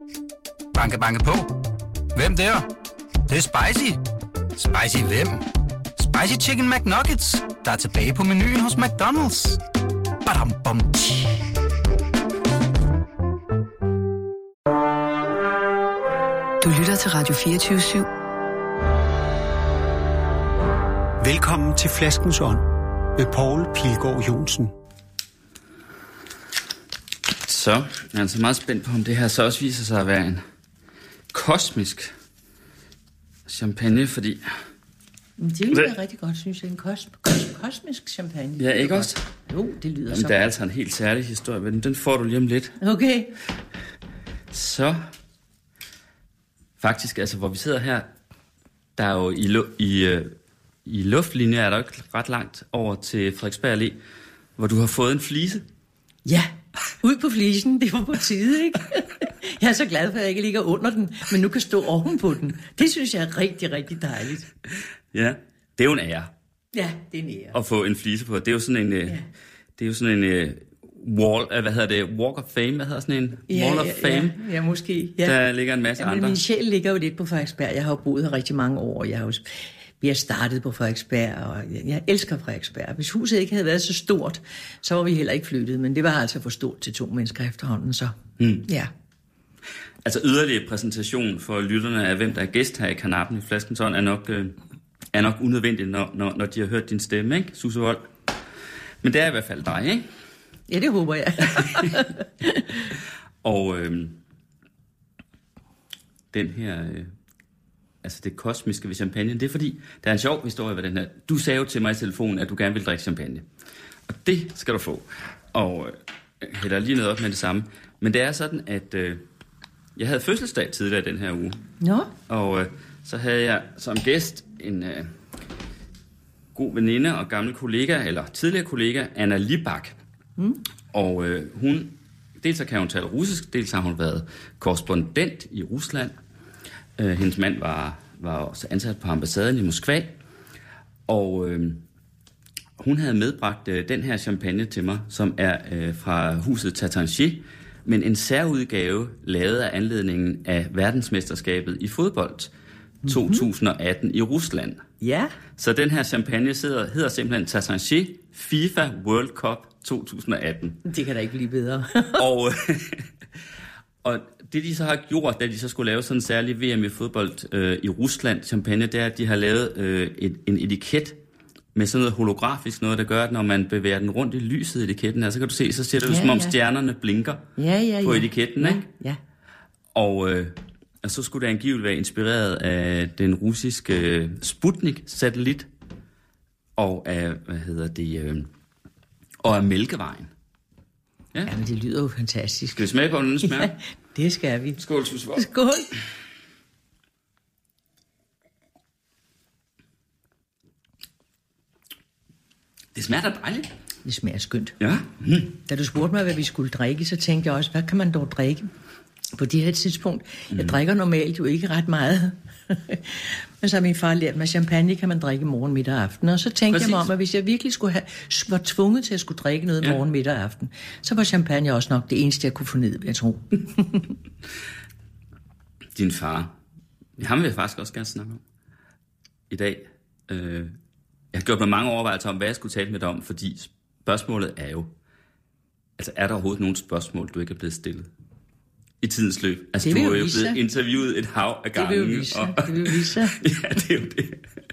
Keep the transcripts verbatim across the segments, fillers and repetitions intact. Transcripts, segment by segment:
Banke, banke på. Hvem der? Det, det er spicy. Spicy hvem? Spicy Chicken McNuggets, der er tilbage på menuen hos McDonald's. Badum, bom, tji. Du lytter til Radio fireogtyve syv. Velkommen til Flaskens Ånd med Poul Pilgaard Johnsen. Så jeg er altså meget spændt på, om det her så også viser sig at være en kosmisk champagne, fordi... Det lyder det... rigtig godt, synes jeg. En kos... Kos... kosmisk champagne. Ja, ikke også? Jo, det lyder Jamen, så. der er altså en helt særlig historie ved den. Den får du lige om lidt. Okay. Så... Faktisk, altså, hvor vi sidder her, der er jo i, lu- i, øh, i luftlinje, er der jo ikke ret langt over til Frederiksberg Allé, hvor du har fået en flise. Ja, ud på flisen. Det var på tide, ikke? Jeg er så glad for, at jeg ikke ligger under den, men nu kan stå ovenpå den. Det synes jeg er rigtig, rigtig dejligt. Ja, det er jo en ære. Ja, det er en ære. At få en flise på. Det er jo sådan en... Øh, ja. Det er jo sådan en... Øh, Wall, hvad hedder det? Walk of Fame, hvad hedder sådan en? Ja, Wall of ja, Fame. Ja, ja, måske. Ja. Der ligger en masse ja, men andre. Min sjæl ligger jo lidt på Frederiksberg. Jeg har jo boet her rigtig mange år. Jeg har jo, vi har startet på Frederiksberg, og jeg, jeg elsker Frederiksberg. Hvis huset ikke havde været så stort, så var vi heller ikke flyttet. Men det var altså for stort til to mennesker efterhånden, så hmm. ja. Altså yderligere præsentation for lytterne af, hvem der er gæst her i Karnappen i Flaskens Ånd, er nok, øh, er nok unødvendigt, når, når, når de har hørt din stemme, ikke, Susse Wold? Men det er i hvert fald dig, ikke? Ja, det håber jeg. Og øh, den her, øh, altså det kosmiske ved champagne, det er fordi, der er en sjov historie ved den her. Du sagde jo til mig i telefonen, at du gerne vil drikke champagne. Og det skal du få. Og øh, hælder lige noget op med det samme. Men det er sådan, at øh, jeg havde fødselsdag tidligere den her uge. Nå. Og øh, så havde jeg som gæst en øh, god veninde og gammel kollega, eller tidligere kollega, Anna Libak. Mm. Og øh, hun, dels kan hun tale russisk, dels har hun været korrespondent i Rusland. Øh, hendes mand var, var også ansat på ambassaden i Moskva. Og øh, hun havde medbragt øh, den her champagne til mig, som er øh, fra huset Tatanché, men en særudgave lavet af anledningen af verdensmesterskabet i fodbold to tusind atten i Rusland. Ja. Så den her champagne sidder, hedder simpelthen Tatanché FIFA World Cup to tusind atten. Det kan da ikke blive bedre. og, og det de så har gjort, da de så skulle lave sådan en særlig V M i fodbold øh, i Rusland champagne, det er, at de har lavet øh, et, en etiket med sådan noget holografisk noget, der gør, at når man bevæger den rundt i lyset i etiketten her, så kan du se, så ser det ud, ja, som om ja. stjernerne blinker ja, ja, ja. på etiketten, ja, ikke? Ja. Og, øh, og så skulle det angiveligt være inspireret af den russiske Sputnik-satellit og af, hvad hedder det, øh, og af Mælkevejen. Ja. Jamen, det lyder jo fantastisk. Skal vi smage på, den smager? Ja, det skal vi. Skål, Susse Wold. Skål. Det smager da dejligt. Det smager skønt. Ja. Mm. Da du spurgte mig, hvad vi skulle drikke, så tænkte jeg også, hvad kan man dog drikke på det her tidspunkt? Mm. Jeg drikker normalt jo ikke ret meget. Men så har min far lært mig, at champagne kan man drikke morgen, middag og aften. Og så tænkte Præcis. jeg mig om, at hvis jeg virkelig skulle have, var tvunget til at skulle drikke noget ja. morgen, middag og aften, så var champagne også nok det eneste, jeg kunne få ned, jeg tror. Din far. Ham vil jeg faktisk også gerne snakke om i dag. Øh, jeg har gjort mig mange overvejelser om, hvad jeg skulle tale med dig om, fordi spørgsmålet er jo, altså er der overhovedet nogle spørgsmål, du ikke er blevet stillet i tidens løb? Altså du er jo blevet interviewet et hav af gange. Det vil jo vise sig. Og... Det vil vise sig. Ja, det er jo det.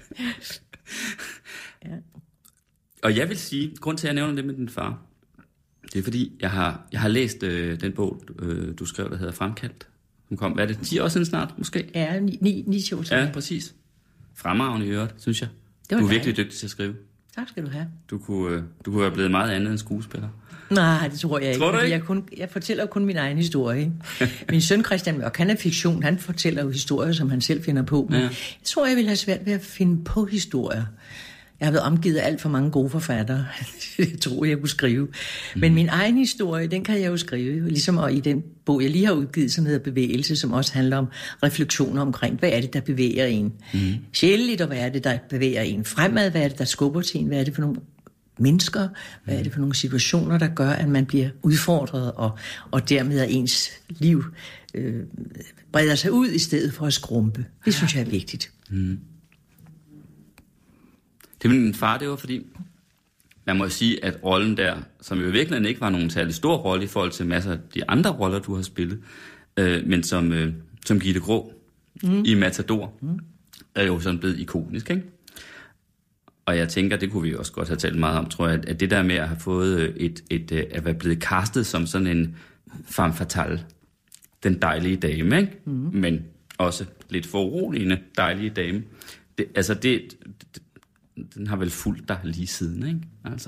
Ja. Og jeg vil sige, grund til at jeg nævner det med din far, det er fordi, jeg har, jeg har læst øh, den bog, øh, du skrev, der hedder Fremkaldt. Hun kom, hvad er det, ti år siden snart, måske? Ja, ni, ni, ni år siden. Ja, præcis. Fremragende i øvrigt, synes jeg. Du er dejligt. virkelig dygtig til at skrive. Tak skal du have. Du kunne, du kunne være blevet meget andet end skuespiller. Nej, det tror jeg ikke. Tror du ikke? Jeg, kun, jeg fortæller jo kun min egen historie. Min søn Christian Mørk, han er fiktion. Han fortæller jo historier, som han selv finder på. Men ja. Jeg tror, jeg vil have svært ved at finde på historier. Jeg har været omgivet af alt for mange gode forfattere. Jeg tror, jeg kunne skrive. Men mm. min egen historie, den kan jeg jo skrive. Ligesom og i den bog, jeg lige har udgivet, som hedder Bevægelse, som også handler om refleksioner omkring, hvad er det, der bevæger en? Mm. Sjældent, og hvad er det, der bevæger en fremad? Hvad er det, der skubber til en? Hvad er det for nogle mennesker? Hvad er det for nogle situationer, der gør, at man bliver udfordret, og, og dermed er ens liv øh, breder sig ud i stedet for at skrumpe? Det synes jeg er vigtigt. Mm. Det med min far, det var fordi, man må sige, at rollen der, som jo i virkeligheden ikke var nogen særlig stor rolle i forhold til masser af de andre roller, du har spillet, øh, men som, øh, som Gitte Grå mm. i Matador, mm. er jo sådan blevet ikonisk, ikke? Og jeg tænker, det kunne vi også godt have talt meget om, tror jeg, at det der med at have fået et, et, et at være blevet castet som sådan en femme fatale, den dejlige dame, ikke? Mm. Men også lidt foruroligende dejlige dame. Det, altså det, det, den har vel fulgt dig lige siden, ikke? Altså.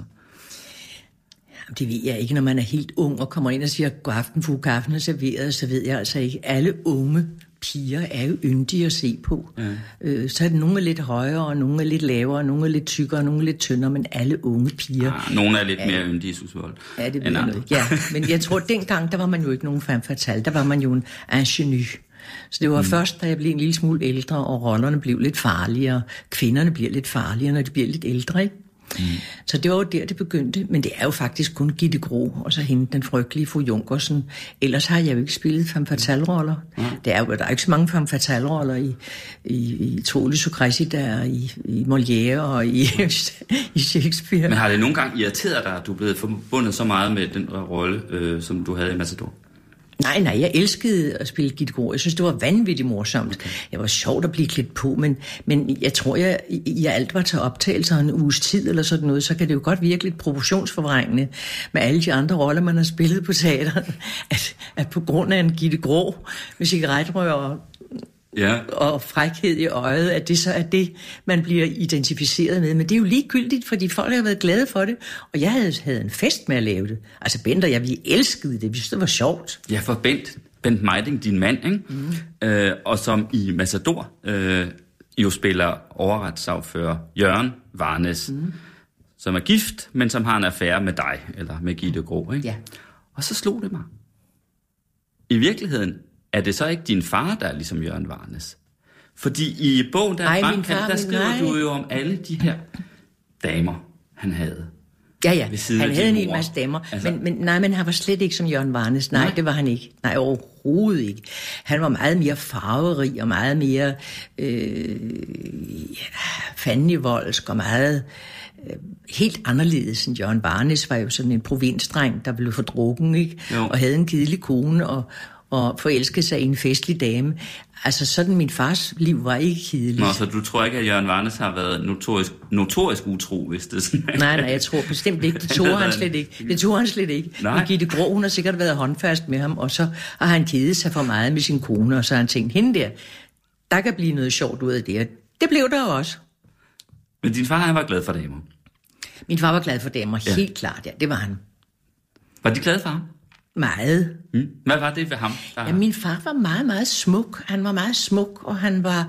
Det ved jeg ikke, når man er helt ung og kommer ind og siger, god aften, fru, kaffen er serveret, så ved jeg altså ikke. Alle unge piger er jo yndige at se på. Ja. Øh, så er det nogle er lidt højere, og nogle er lidt lavere, nogle er lidt tykkere, og nogle er lidt tyndere, men alle unge piger... Ja, nogle er lidt er, mere yndige, Susvold. Ja, det ved jeg noget. Ja, men jeg tror, dengang, der var man jo ikke nogen femme fatale, der var man jo en ingénue. Så det var mm. først, da jeg blev en lille smule ældre, og rollerne blev lidt farligere. Kvinderne bliver lidt farligere, når de bliver lidt ældre, ikke? Mm. Så det var jo der, det begyndte. Men det er jo faktisk kun Gitte Grå, og så hende, den frygtelige fru Junkersen. Ellers har jeg jo ikke spillet femme fatale-roller. Mm. Det er jo, der er ikke så mange femme fatale-roller i, i, i Troels og Cressida, i, i Molière og i, i Shakespeare. Men har det nogle gange irriteret dig, at du er blevet forbundet så meget med den rolle, øh, som du havde i Matador? Nej, nej, jeg elskede at spille Gitte Grå. Jeg synes, det var vanvittigt morsomt. Okay. Det var sjovt at blive klædt på, men, men jeg tror, jeg, jeg alt var til optagelser en uges tid eller sådan noget, så kan det jo godt virke lidt proportionsforvrængende med alle de andre roller, man har spillet på teateret, at, at på grund af en Gitte Grå med cigaretrør ja. og frækhed i øjet, at det så er det, man bliver identificeret med. Men det er jo ligegyldigt, fordi folk har været glade for det, og jeg havde, havde en fest med at lave det. Altså Bent og jeg, vi elskede det, vi synes, det var sjovt. Ja, for Bent, Bent Meiding, din mand, ikke? Mm. Øh, og som i Matador øh, jo spiller overretssagfører Jørgen Varnes, mm. som er gift, men som har en affære med dig, eller med Gitte Grå, ikke? Ja. Og så slog det mig. I virkeligheden er det så ikke din far, der er ligesom Jørgen Varnes? Fordi i bogen, der, Ej, frem, far, der skriver nej. du jo om alle de her damer, han havde. Ja, ja, han havde en hel masse damer, altså... men, men, nej, men han var slet ikke som Jørgen Varnes. Nej, nej, det var han ikke. Nej, overhovedet ikke. Han var meget mere farverig og meget mere øh, fandenivoldsk og meget... helt anderledes end Jørgen Varnes var jo sådan en provinsdreng, der blev fordrukken, ikke? Jo. Og havde en kedelig kone og, og forelskede sig i en festlig dame. Altså sådan, min fars liv var ikke kedeligt. Nå, så du tror ikke, at Jørgen Varnes har været notorisk, notorisk utro, hvis det sådan er? Nej, nej, jeg tror bestemt ikke. Det tog han slet ikke. Det tog han slet ikke. Nej. Men Gitte Grå, hun har sikkert været håndfast med ham, og så har han kedet sig for meget med sin kone, og så har han tænkt, hende der, der kan blive noget sjovt ud af det. Det blev der også. Men din far, han var glad for damer? Min far var glad for damer, ja. Helt klart, ja, det var han. Var de glade for ham? Meget. Mm. Hvad var det ved ham? Der... Ja, min far var meget, meget smuk. Han var meget smuk, og han var,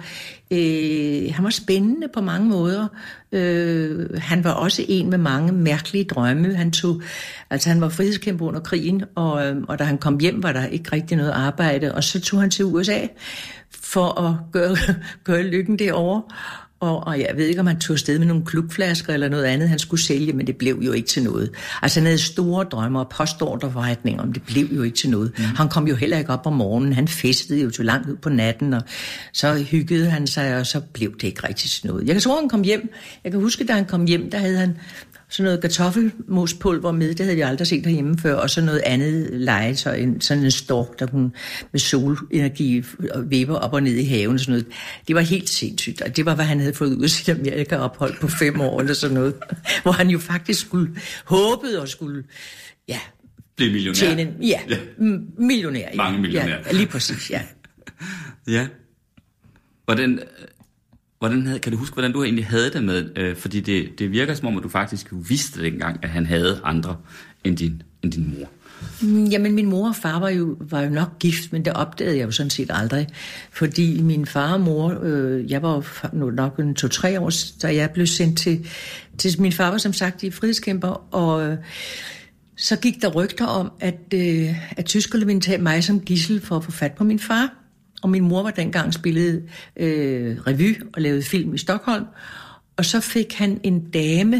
øh, han var spændende på mange måder. Øh, han var også en med mange mærkelige drømme. Han tog, altså han var frihedskæmper under krigen, og, øh, og da han kom hjem, var der ikke rigtig noget arbejde, og så tog han til U S A for at gøre, gøre lykken derovre. Og, og jeg ved ikke, om han tog afsted med nogle klubflasker eller noget andet, han skulle sælge, men det blev jo ikke til noget. Altså han havde store drømmer og postordreforretninger, men det blev jo ikke til noget. Mm. Han kom jo heller ikke op om morgenen, han festede jo til langt ud på natten, og så hyggede han sig, og så blev det ikke rigtig til noget. Jeg kan tro, han kom hjem. Jeg kan huske, da han kom hjem, der havde han sådan noget kartoffelmospulver med, det havde vi aldrig set derhjemme før, og så noget andet legetøj, en, sådan en stork, der kunne med solenergi vipper op og ned i haven og sådan noget. Det var helt sindssygt, og det var, hvad han havde fået ud af sit Amerika-ophold på fem år eller sådan noget, hvor han jo faktisk skulle, håbede og skulle, ja, blive millionær. Tjene, ja, ja. M- millionær. Ja. Mange millionærer. Ja, lige præcis, ja. Ja. Hvordan... Hvordan havde, kan du huske, hvordan du egentlig havde det med, øh, fordi det, det virker som om, at du faktisk vidste dengang, at han havde andre end din, end din mor. Jamen, min mor og far var jo, var jo nok gift, men det opdagede jeg jo sådan set aldrig. Fordi min far og mor, øh, jeg var jo nok en to-tre år, da jeg blev sendt til, til min far var som sagt i frihedskæmper, og øh, så gik der rygter om, at, øh, at tyskerne ville tage mig som gidsel for at få fat på min far. Og min mor var dengang spillet øh, revy og lavede film i Stockholm. Og så fik han en dame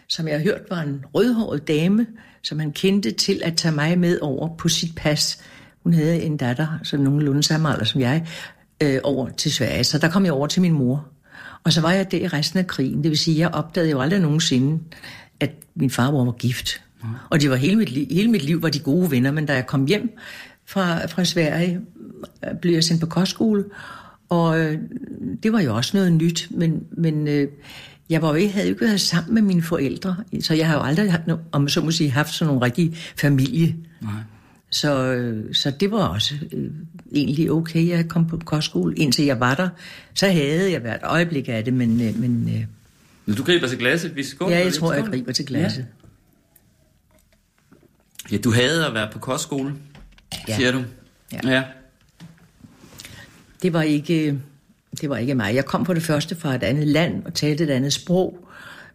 som jeg har hørt var en rødhåret dame, som han kendte til at tage mig med over på sit pas. Hun havde en datter, så nogenlunde samme alder som jeg, øh, over til Sverige. Så der kom jeg over til min mor. Og så var jeg der i resten af krigen. Det vil sige, jeg opdagede jo aldrig nogensinde, at min farmor var gift. Mm. Og det var hele mit, liv, hele mit liv var de gode venner, men da jeg kom hjem fra, fra Sverige, blev jeg sendt på kostskole, og øh, det var jo også noget nyt, men, men øh, jeg var jo ikke, havde jo ikke været sammen med mine forældre, så jeg har jo aldrig, om så må sige, haft sådan nogle rigtige familie. Nej. Så, øh, så det var også øh, egentlig okay, jeg kom på kostskole, indtil jeg var der. Så havde jeg hvert øjeblik af det, men... Øh, men øh, Men du griber til glasset, vi skal gå. Ja, jeg tror, jeg griber til glasset. Ja, ja, du havde at være på kostskole, ja. Siger du? Ja. ja. Det var ikke, det var ikke mig. Jeg kom på det første fra et andet land og talte et andet sprog.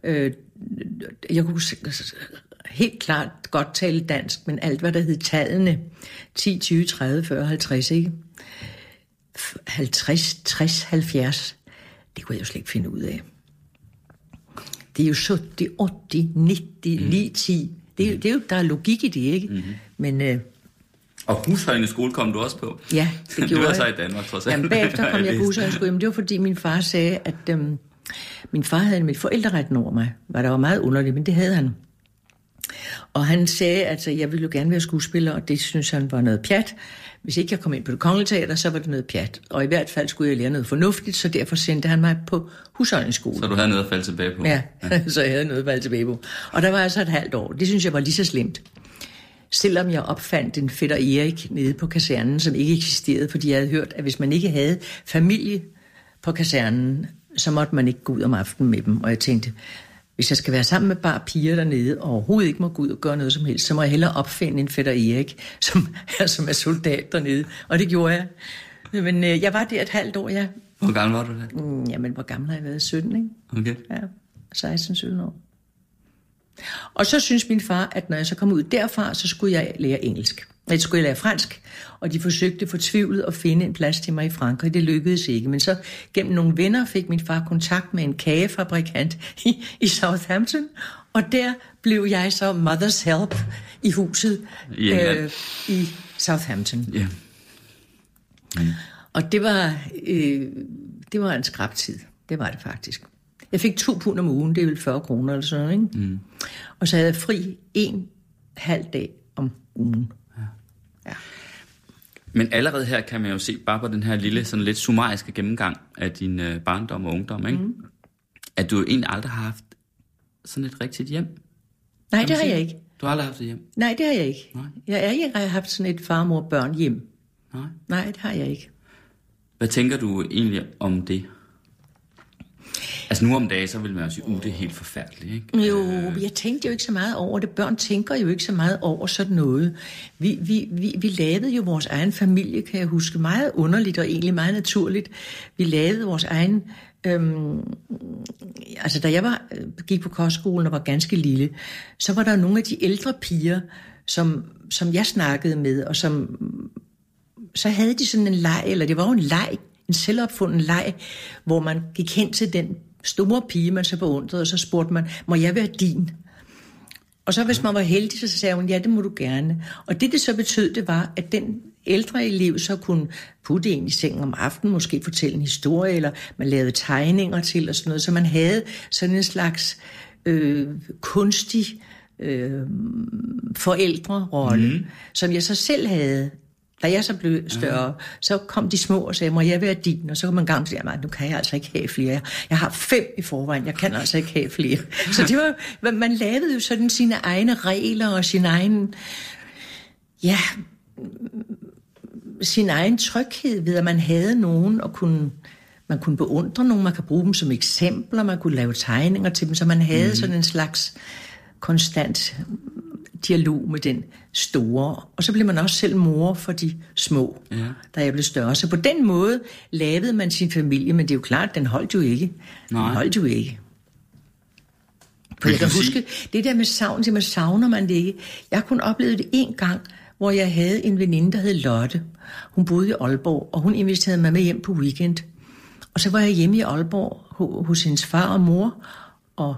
Jeg kunne helt klart godt tale dansk, men alt hvad der hed tallene, ti, tyve, tredive, fyrre, halvtreds, ikke? halvtreds, tres, halvfjerds, det kunne jeg jo slet ikke finde ud af. Det er jo sytten, otte, nitten, mm. ni, ti. Det er, det er jo, der er logik i det, ikke? Mm-hmm. Men... Øh, og hushøjneskole kom du også på? Ja, det gjorde jeg. Du var så i Danmark, trods alt. Jamen, bagefter kom jeg på hushøjskole. Jamen, det var fordi min far sagde, at øhm, min far havde mit forældreretten over mig. Var der var meget underligt, men det havde han. Og han sagde, at altså, jeg ville jo gerne være skuespiller, og det synes han var noget pjat. Hvis ikke jeg kom ind på Det Kongelige Teater, så var det noget pjat. Og i hvert fald skulle jeg lære noget fornuftigt, så derfor sendte han mig på husholdningsskole. Så du havde noget at falde tilbage på? Ja, ja. Så jeg havde noget at falde tilbage på. Og der var altså et halvt år. Det synes jeg var lige så slemt. Selvom jeg opfandt en fætter Erik nede på kasernen, som ikke eksisterede, fordi jeg havde hørt, at hvis man ikke havde familie på kasernen, så måtte man ikke gå ud om aftenen med dem. Og jeg tænkte, hvis jeg skal være sammen med bare piger dernede, og overhovedet ikke må gå ud og gøre noget som helst, så må jeg hellere opfinde en fætter Erik, som er, som er soldat dernede. Og det gjorde jeg. Men øh, jeg var der et halvt år, ja. Hvor gammel var du da? Mm, jamen, hvor gammel har jeg været? sytten, ikke? Okay. Ja, seksten sytten år. Og så synes min far, at når jeg så kom ud derfra, så skulle jeg lære engelsk. Jeg skulle lære fransk, og de forsøgte fortvivlet at finde en plads til mig i Frankrig. Det lykkedes ikke, men så gennem nogle venner fik min far kontakt med en kagefabrikant i, i Southampton, og der blev jeg så mother's help i huset i, øh, i Southampton. Yeah. Mm. Og det var, øh, det var en skrabtid. Det var det faktisk. Jeg fik to pund om ugen, det er vel fyrre kroner eller sådan, ikke? Mm. Og så havde jeg fri en halv dag om ugen. Ja. Ja. Men allerede her kan man jo se, bare på den her lille, sådan lidt summariske gennemgang af din øh, barndom og ungdom, ikke? Mm. At du egentlig aldrig har haft sådan et rigtigt hjem. Nej, det har jeg ikke. Du har aldrig haft et hjem? Nej, det har jeg ikke. Nej. Jeg har ikke haft sådan et far, mor, børn hjem. Nej. Nej, det har jeg ikke. Hvad tænker du egentlig om det? Altså nu om dagen, så vil man jo sige, uh, det er helt forfærdeligt, ikke? Jo, jeg tænkte jo ikke så meget over det. Børn tænker jo ikke så meget over sådan noget. Vi, vi, vi, vi lavede jo vores egen familie, kan jeg huske, meget underligt og egentlig meget naturligt. Vi lavede vores egen... Øhm, altså da jeg var, gik på kostskolen og var ganske lille, så var der nogle af de ældre piger, som, som jeg snakkede med, og som... Så havde de sådan en leg, eller det var jo en leg, en selvopfunden leg, hvor man gik hen til den store pige, man så beundrede, og så spurgte man, må jeg være din? Og så hvis man var heldig, så sagde hun, ja, det må du gerne. Og det, det så betød, det var, at den ældre elev så kunne putte en i sengen om aftenen, måske fortælle en historie, eller man lavede tegninger til og sådan noget, så man havde sådan en slags øh, kunstig øh, forældrerolle, mm. som jeg så selv havde. Da jeg så blev større, ja. Så kom de små og sagde, må jeg være din? Og så kom man gang til, at nu kan jeg altså ikke have flere. Jeg har fem i forvejen, jeg kan altså ikke have flere. Så det var, man lavede jo sådan sine egne regler og sin egen, ja, sin egen tryghed ved, at man havde nogen og kunne, man kunne beundre nogen, man kan bruge dem som eksempler, man kunne lave tegninger til dem, så man havde mm. sådan en slags konstant dialog med den store. Og så blev man også selv mor for de små, ja. Da jeg blev større. Så på den måde lavede man sin familie, men det er jo klart, den holdt jo ikke. Nej. Den holdt jo ikke. For jeg kan huske, det der med savn, så man savner man det ikke. Jeg kunne opleve det en gang, hvor jeg havde en veninde, der hed Lotte. Hun boede i Aalborg, og hun inviterede mig med hjem på weekend. Og så var jeg hjemme i Aalborg hos hendes far og mor, og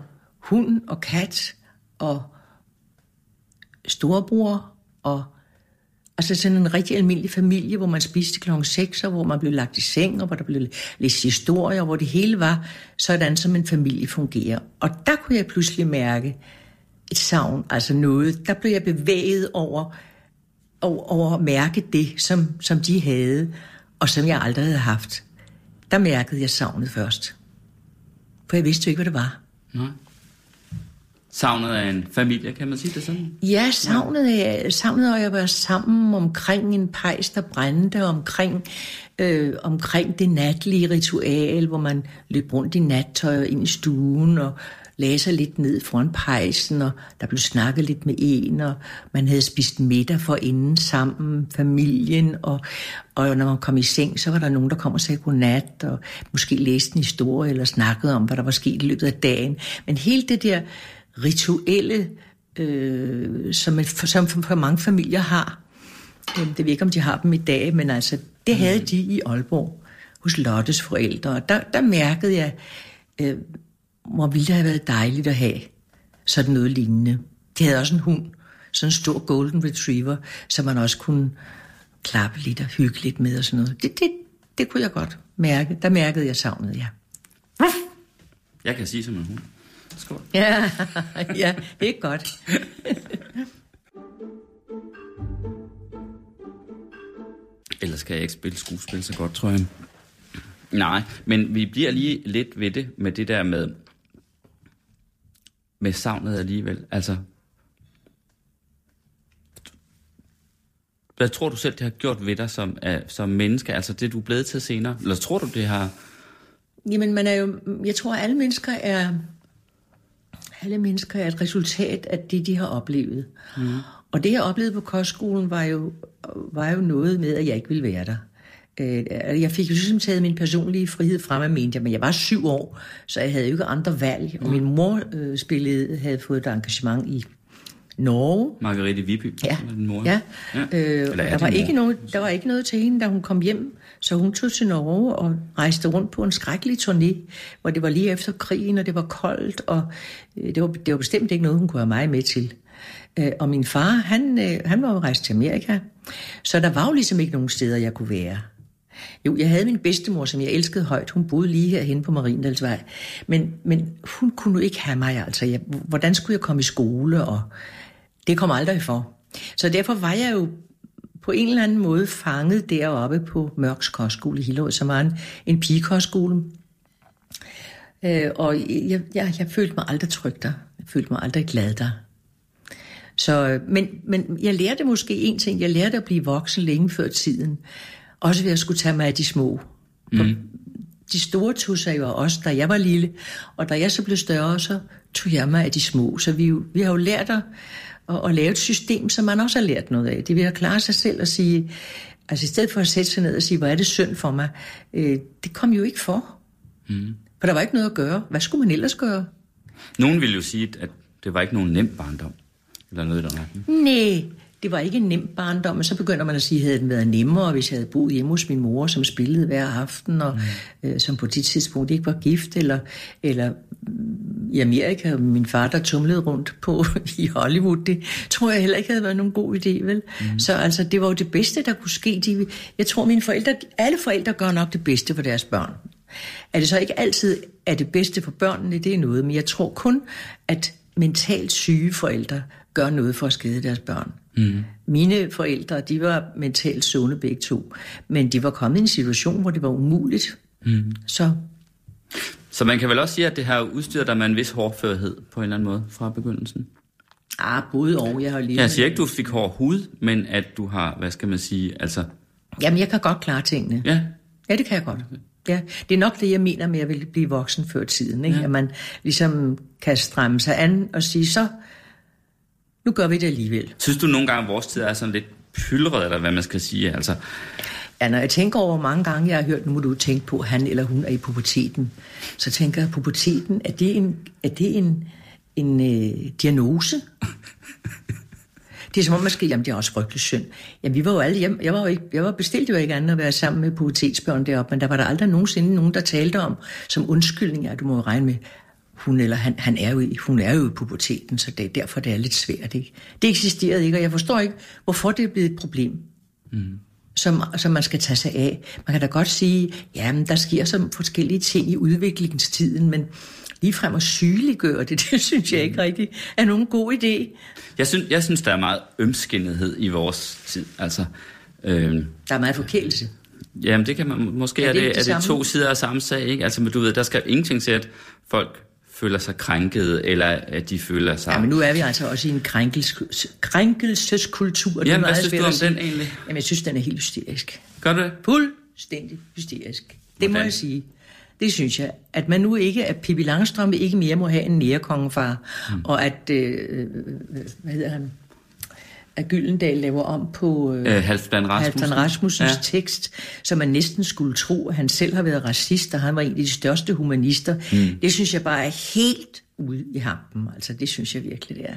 hund og kat og storebror og altså sådan en rigtig almindelig familie, hvor man spiste klokken seks, og hvor man blev lagt i seng, og hvor der blev læst historier, hvor det hele var sådan, som en familie fungerer. Og der kunne jeg pludselig mærke et savn, altså noget. Der blev jeg bevæget over, over, over at mærke det, som, som de havde, og som jeg aldrig havde haft. Der mærkede jeg savnet først. For jeg vidste jo ikke, hvad det var. Nej. Savnet af en familie, kan man sige det sådan? Ja, savnet af, savnet af at være sammen omkring en pejs, der brændte, omkring, øh, omkring det natlige ritual, hvor man løb rundt i nattøj ind i stuen og lagde sig lidt ned foran pejsen, og der blev snakket lidt med en, og man havde spist middag for inden sammen, familien, og, og når man kom i seng, så var der nogen, der kom og sagde godnat, og måske læste en historie, eller snakkede om, hvad der var sket i løbet af dagen. Men hele det der rituelle, øh, som, et, som for mange familier har. Det ved jeg ikke, om de har dem i dag, men altså, det havde de i Aalborg, hos Lottes forældre. Og der, der mærkede jeg, øh, hvor ville det have været dejligt at have sådan noget lignende. De havde også en hund, sådan en stor golden retriever, som man også kunne klappe lidt og hygge lidt med og sådan noget. Det, det, det kunne jeg godt mærke. Der mærkede jeg savnet, ja. Jeg kan sige som en hund. Skål. Ja, ja, det er godt. Ellers kan jeg ikke spille skuespil så godt, tror jeg. Nej, men vi bliver lige lidt ved det, med det der med, med savnet alligevel. Altså, hvad tror du selv, det har gjort ved dig som, uh, som menneske? Altså det, du er blevet til senere? Eller tror du, det har... Jamen, man er jo... Jeg tror, at alle mennesker er... Alle mennesker er et resultat af det, de har oplevet. Mm. Og det, jeg oplevede på kostskolen, var jo, var jo noget med, at jeg ikke ville være der. Jeg fik jo ligesom taget min personlige frihed frem af mente, men jeg var syv år, så jeg havde jo ikke andre valg. Og min mor øh, spillede, havde fået et engagement i Norge. Margrethe Viby, ja. Den mor. Ja, ja. Øh, der, var ikke noget, der var ikke noget til hende, da hun kom hjem, så hun tog til Norge og rejste rundt på en skrækkelig turné, hvor det var lige efter krigen, og det var koldt, og øh, det, var, det var bestemt ikke noget, hun kunne have mig med til. Øh, og min far, han, øh, han var jo rejst til Amerika, så der var jo ligesom ikke nogen steder, jeg kunne være. Jo, jeg havde min bedstemor, som jeg elskede højt. Hun boede lige herhen på Mariendalsvej. Men, men hun kunne jo ikke have mig, altså. Jeg, hvordan skulle jeg komme i skole? Og det kom aldrig for. Så derfor var jeg jo på en eller anden måde fanget deroppe på Mørks Kostskole i Hillerød, som var en, en pigekostskole. Øh, og jeg, jeg, jeg følte mig aldrig tryg der. Jeg følte mig aldrig glad der. Så, men, men jeg lærte måske en ting. Jeg lærte at blive voksen længe før tiden. Også ved at skulle tage mig af de små. Mm. De store tog sig jo også, da jeg var lille. Og da jeg så blev større, så tog jeg mig af de små. Så vi, vi har jo lært at, at, at lave et system, som man også har lært noget af. Det vil at klare sig selv og sige, altså i stedet for at sætte sig ned og sige, hvor er det synd for mig, øh, det kom jo ikke for. Mm. For der var ikke noget at gøre. Hvad skulle man ellers gøre? Nogen ville jo sige, at det var ikke nogen nem barndom. Eller noget der. Nej. Det var ikke en nem barndom, men så begynder man at sige, at havde den været nemmere, hvis jeg havde boet hjemme hos min mor, som spillede hver aften, og mm. øh, som på det tidspunkt ikke var gift, eller, eller i Amerika, min far, der tumlede rundt på i Hollywood, det tror jeg heller ikke havde været nogen god idé, vel? Mm. Så altså, det var jo det bedste, der kunne ske. De, jeg tror, mine forældre, alle forældre gør nok det bedste for deres børn. Er det så ikke altid er det bedste for børnene, det er noget, men jeg tror kun, at mentalt syge forældre gør noget for at skade deres børn. Mm. Mine forældre, de var mentalt sunde begge to, men de var kommet i en situation, hvor det var umuligt. Mm. Så. Så man kan vel også sige, at det har udstyret dig med en vis hårdførhed på en eller anden måde fra begyndelsen? Ah, både og. Jeg har lige. Jeg siger ikke, du fik hård hud, men at du har, hvad skal man sige, altså... Jamen, jeg kan godt klare tingene. Ja. Ja, det kan jeg godt. Ja, det er nok det, jeg mener med at ville blive voksen før tiden, ikke? Ja. At man ligesom kan stramme sig an og sige, så nu gør vi det alligevel. Synes du nogle gange, at vores tid er sådan lidt pylret, eller hvad man skal sige, altså? Ja, når jeg tænker over, hvor mange gange jeg har hørt, nu må du tænke på, at han eller hun er i puberteten, så tænker jeg, puberteten, er det en, er det en, en øh, diagnose? Det er som om, man skal, jamen det er også frygtelig synd. Jamen vi var jo alle, jeg, jeg var jo ikke, jeg var bestilt jo ikke andet at være sammen med pubertetsbørn deroppe, men der var der aldrig nogensinde nogen, der talte om, som undskyldning, at du må regne med, hun eller han, han er jo i, hun er jo i puberteten, så det er derfor, det er lidt svært, ikke? Det eksisterede ikke, og jeg forstår ikke, hvorfor det er blevet et problem, mm. som, som man skal tage sig af. Man kan da godt sige, jamen, der sker så forskellige ting i udviklingstiden, men ligefrem at sygeliggøre det, det synes jeg ikke rigtig er nogen god idé. Jeg synes, jeg synes der er meget ømskindethed i vores tid, altså... Øh... Der er meget forkælelse. Jamen, det kan man... Måske er det, er det, er det to sider af samme sag, ikke? Altså, men du ved, der skal ingenting til, at folk føler sig krænkede, eller at de føler sig... Ja, men nu er vi altså også i en krænkelses, krænkelseskultur. Jamen, hvad synes du om den egentlig? Jamen, jeg synes, den er helt hysterisk. Gør du det? Fuldstændig hysterisk. Det Hvordan? må jeg sige. Det synes jeg. At man nu ikke, at Pippi Langstrømpe ikke mere må have en nærkongefar, mm. og at, øh, hvad hedder han, at Gyldendal laver om på øh, øh, Halfdan Rasmussen. Rasmussens ja. tekst, så man næsten skulle tro, at han selv har været racist, og han var en af de største humanister. Mm. Det synes jeg bare er helt ude i hampen. Altså, det synes jeg virkelig, det er.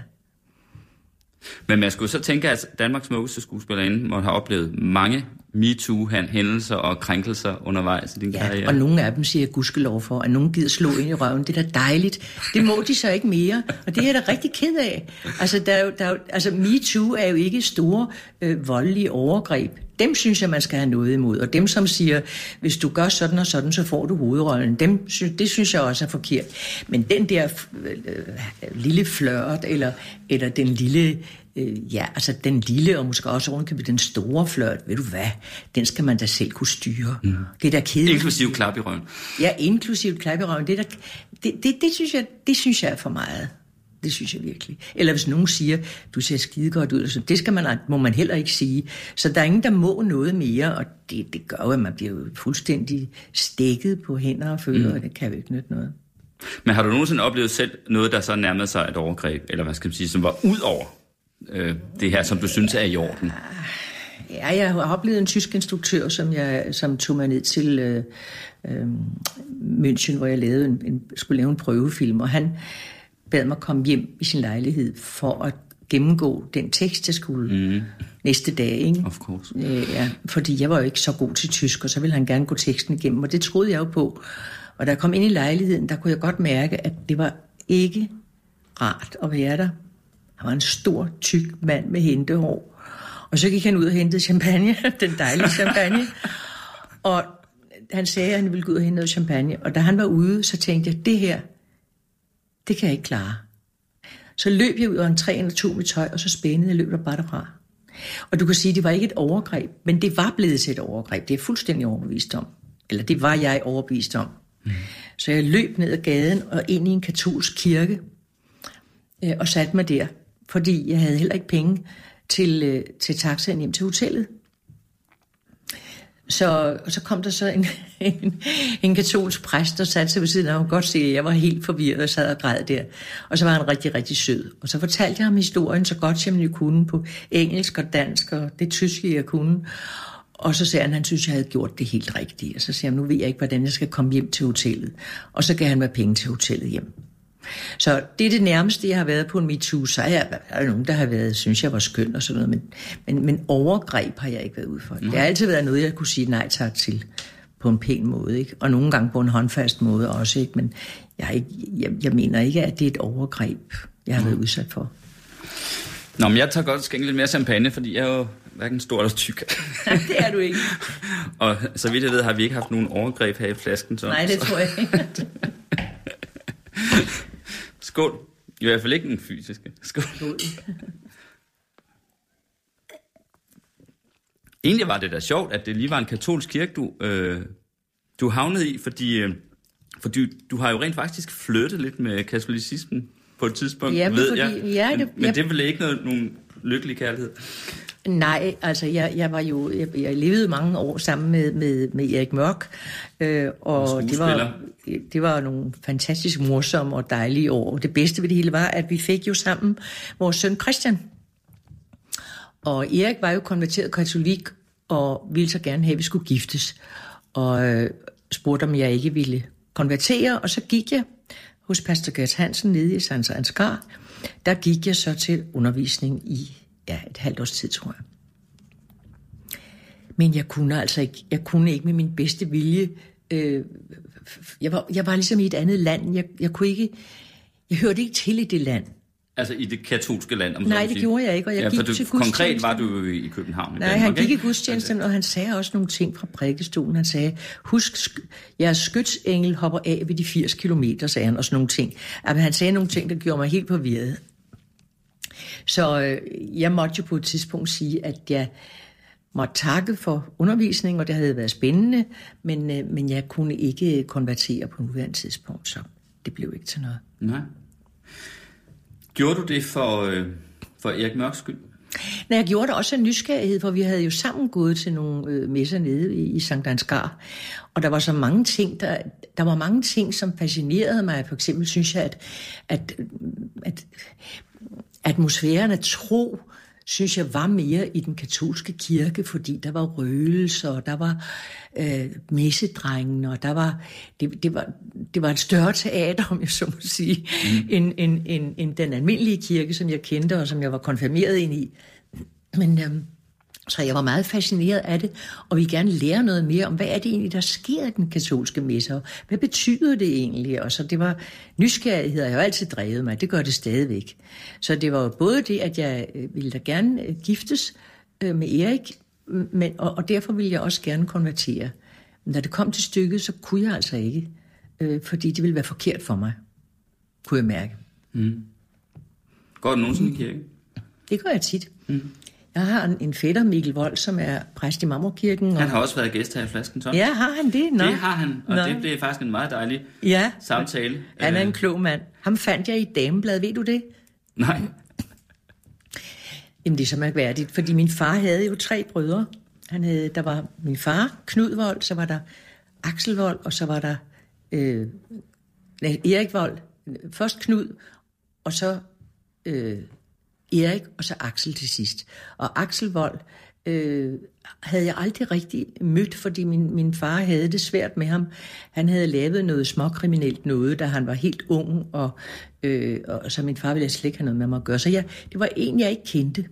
Men man skulle så tænke, at Danmarks smukkeste skuespillerinde måtte have oplevet mange MeToo-hændelser og krænkelser undervejs i din ja, karriere. Og nogle af dem siger jeg gudskelov for, at nogen gider slå ind i røven. Det er da dejligt. Det må de så ikke mere, og det er jeg da rigtig ked af. Altså, der er jo, der er jo, altså MeToo er jo ikke store øh, voldelige overgreb. Dem synes jeg, man skal have noget imod. Og dem, som siger, hvis du gør sådan og sådan, så får du hovedrollen. Dem, det synes jeg også er forkert. Men den der øh, lille flørt, eller, eller den lille... Øh, ja, altså den lille, og måske også ovenkøbet den store flørt, ved du hvad, den skal man da selv kunne styre. Mm. Det er da kedeligt. Inklusiv klap i røven. Ja, inklusiv klap i røven. Det, der, det, det, det, synes jeg, det synes jeg er for meget. Det synes jeg virkelig. Eller hvis nogen siger, du ser skide godt ud, så det skal man, må man heller ikke sige. Så der er ingen, der må noget mere, og det, det gør jo, at man bliver jo fuldstændig stækket på hænder og fødder, mm. og det kan jo ikke nytte noget. Men har du nogensinde oplevet selv noget, der så nærmede sig et overgreb, eller hvad skal man sige, som var ud over øh, det her, som du synes er i orden? Ja, jeg har oplevet en tysk instruktør, som, jeg, som tog mig ned til øh, øh, München, hvor jeg lavede en, en, skulle lave en prøvefilm, og han bad mig komme hjem i sin lejlighed for at gennemgå den tekst, jeg skulle mm. næste dag. Ikke? Of course. Øh, ja, fordi jeg var jo ikke så god til tysk, og så ville han gerne gå teksten igennem, og det troede jeg jo på. Og da jeg kom ind i lejligheden, der kunne jeg godt mærke, at det var ikke rart at være der. Han var en stor, tyk mand med hentehår. Og så gik han ud og hentede champagne, den dejlige champagne. Og han sagde, at han ville gå ud og hente noget champagne. Og da han var ude, så tænkte jeg, det her, det kan jeg ikke klare. Så løb jeg ud af entréen og tog mit tøj, og så spændede jeg løb der bare derfra. Og du kan sige, at det var ikke et overgreb, men det var blevet til et overgreb. Det er jeg fuldstændig overbevist om. Eller det var jeg overbevist om. Mm. Så jeg løb ned ad gaden og ind i en katolsk kirke øh, og satte mig der, fordi jeg havde heller ikke penge til, øh, til taxaen hjem til hotellet. Så, og så kom der så en, en, en katolsk præst, der satte sig ved siden af, og hun godt se, at jeg var helt forvirret og sad og græd der. Og så var han rigtig, rigtig sød. Og så fortalte jeg ham historien så godt, som jeg kunne på engelsk og dansk og det tyske, jeg kunne. Og så sagde han, at han synes, jeg havde gjort det helt rigtigt. Og så sagde han, nu ved jeg ikke, hvordan jeg skal komme hjem til hotellet. Og så gav han mig penge til hotellet hjem. Så det er det nærmeste, jeg har været på en MeToo. Så er jeg, der er nogen, der har været, synes jeg var skøn og sådan noget. Men, men, men overgreb har jeg ikke været ude for. Det har altid været noget, jeg kunne sige nej tak til på en pæn måde. Ikke? Og nogle gange på en håndfast måde også. Ikke? Men jeg, ikke, jeg, jeg mener ikke, at det er et overgreb, jeg har været udsat for. Nå, men jeg tager godt skænke lidt mere champagne, fordi jeg er jo hverken stor eller tyk. Det er du ikke. Og så vidt jeg ved, har vi ikke haft nogen overgreb her i flasken. Så. Nej, det tror jeg ikke. Skål. I hvert fald ikke den fysiske. Skål. Skål. Egentlig var det da sjovt, at det lige var en katolsk kirke, du, øh, du havnede i, fordi, øh, fordi du har jo rent faktisk flyttet lidt med katolicismen på et tidspunkt, ja, ved fordi, jeg. Ja, det, men, men ja. det er vel ikke noget, nogen lykkelig kærlighed? Nej, altså jeg, jeg var jo, jeg, jeg levede mange år sammen med, med, med Erik Mørk, øh, og det var, det var nogle fantastisk morsomme og dejlige år. Det bedste ved det hele var, at vi fik jo sammen vores søn Christian. Og Erik var jo konverteret katolik, og ville så gerne have, at vi skulle giftes. Og øh, spurgte, om jeg ikke ville konvertere, og så gik jeg hos pastor Gert Hansen nede i Sankt Ansgar. Der gik jeg så til undervisning i ja, et halvt års tid, tror jeg. Men jeg kunne altså ikke, jeg kunne ikke med min bedste vilje Øh, jeg, var, jeg var ligesom i et andet land. Jeg, jeg kunne ikke... Jeg hørte ikke til i det land. Altså i det katolske land? Om Nej, det gjorde jeg ikke, og jeg ja, gik du, til gudstjenesten. Konkret var du jo i København. I Nej, Danmark, han gik ikke? i gudstjenesten, og han sagde også nogle ting fra prædikestolen. Han sagde, husk, jeres skytsengel hopper af ved de firs kilometer, sagde han, og sådan nogle ting. Altså, han sagde nogle ting, der gjorde mig helt forvirret. Så øh, jeg måtte jo på et tidspunkt sige, at jeg måtte takke for undervisningen, og det havde været spændende, men, øh, men jeg kunne ikke konvertere på nuværende tidspunkt, så det blev ikke til noget. Nej. Gjorde du det for, øh, for Erik Mørks skyld? Nej, jeg gjorde det også af nysgerrighed, for vi havde jo sammen gået til nogle øh, messer nede i, i Sankt Ansgar, og der var så mange ting, der, der var mange ting, som fascinerede mig. For eksempel synes jeg, at, at, at atmosfæren af tro, synes jeg, var mere i den katolske kirke, fordi der var røgelser, og der var øh, messedrengen, og der var, det, det, var, det var et større teater, om jeg så må sige, mm. end, end, end, end den almindelige kirke, som jeg kendte, og som jeg var konfirmeret ind i. Men øh, så jeg var meget fascineret af det, og ville gerne lære noget mere om, hvad er det egentlig, der sker i den katolske messe, og hvad betyder det egentlig? Og så det var nysgerrighed, jeg har jo altid drevet mig, det gør det stadigvæk. Så det var jo både det, at jeg ville da gerne giftes med Erik, men, og, og derfor ville jeg også gerne konvertere. Men da det kom til stykket, så kunne jeg altså ikke, øh, fordi det ville være forkert for mig, kunne jeg mærke. Mm. Går du nogensinde i kirke? Det gør jeg tit. Mm. Jeg har en, en fætter, Mikkel Vold, som er præst i Marmorkirken. Og... Han har også været gæst her i Flasken, Tom. Ja, har han det? Nå. Det har han, og Nå. det blev faktisk en meget dejlig ja. samtale. Han er en klog mand. Ham fandt jeg i et dameblad, ved du det? Nej. Jamen, det er så mærkværdigt, fordi min far havde jo tre brødre. Han havde, der var min far, Knud Vold, så var der Axel Vold, og så var der øh, Erik Vold. Først Knud, og så... Øh, Erik, og så Axel til sidst. Og Axel Vold øh, havde jeg aldrig rigtig mødt, fordi min, min far havde det svært med ham. Han havde lavet noget småkriminelt noget, da han var helt ung, og, øh, og så min far ville slet ikke have noget med mig at gøre. Så jeg, det var en, jeg ikke kendte.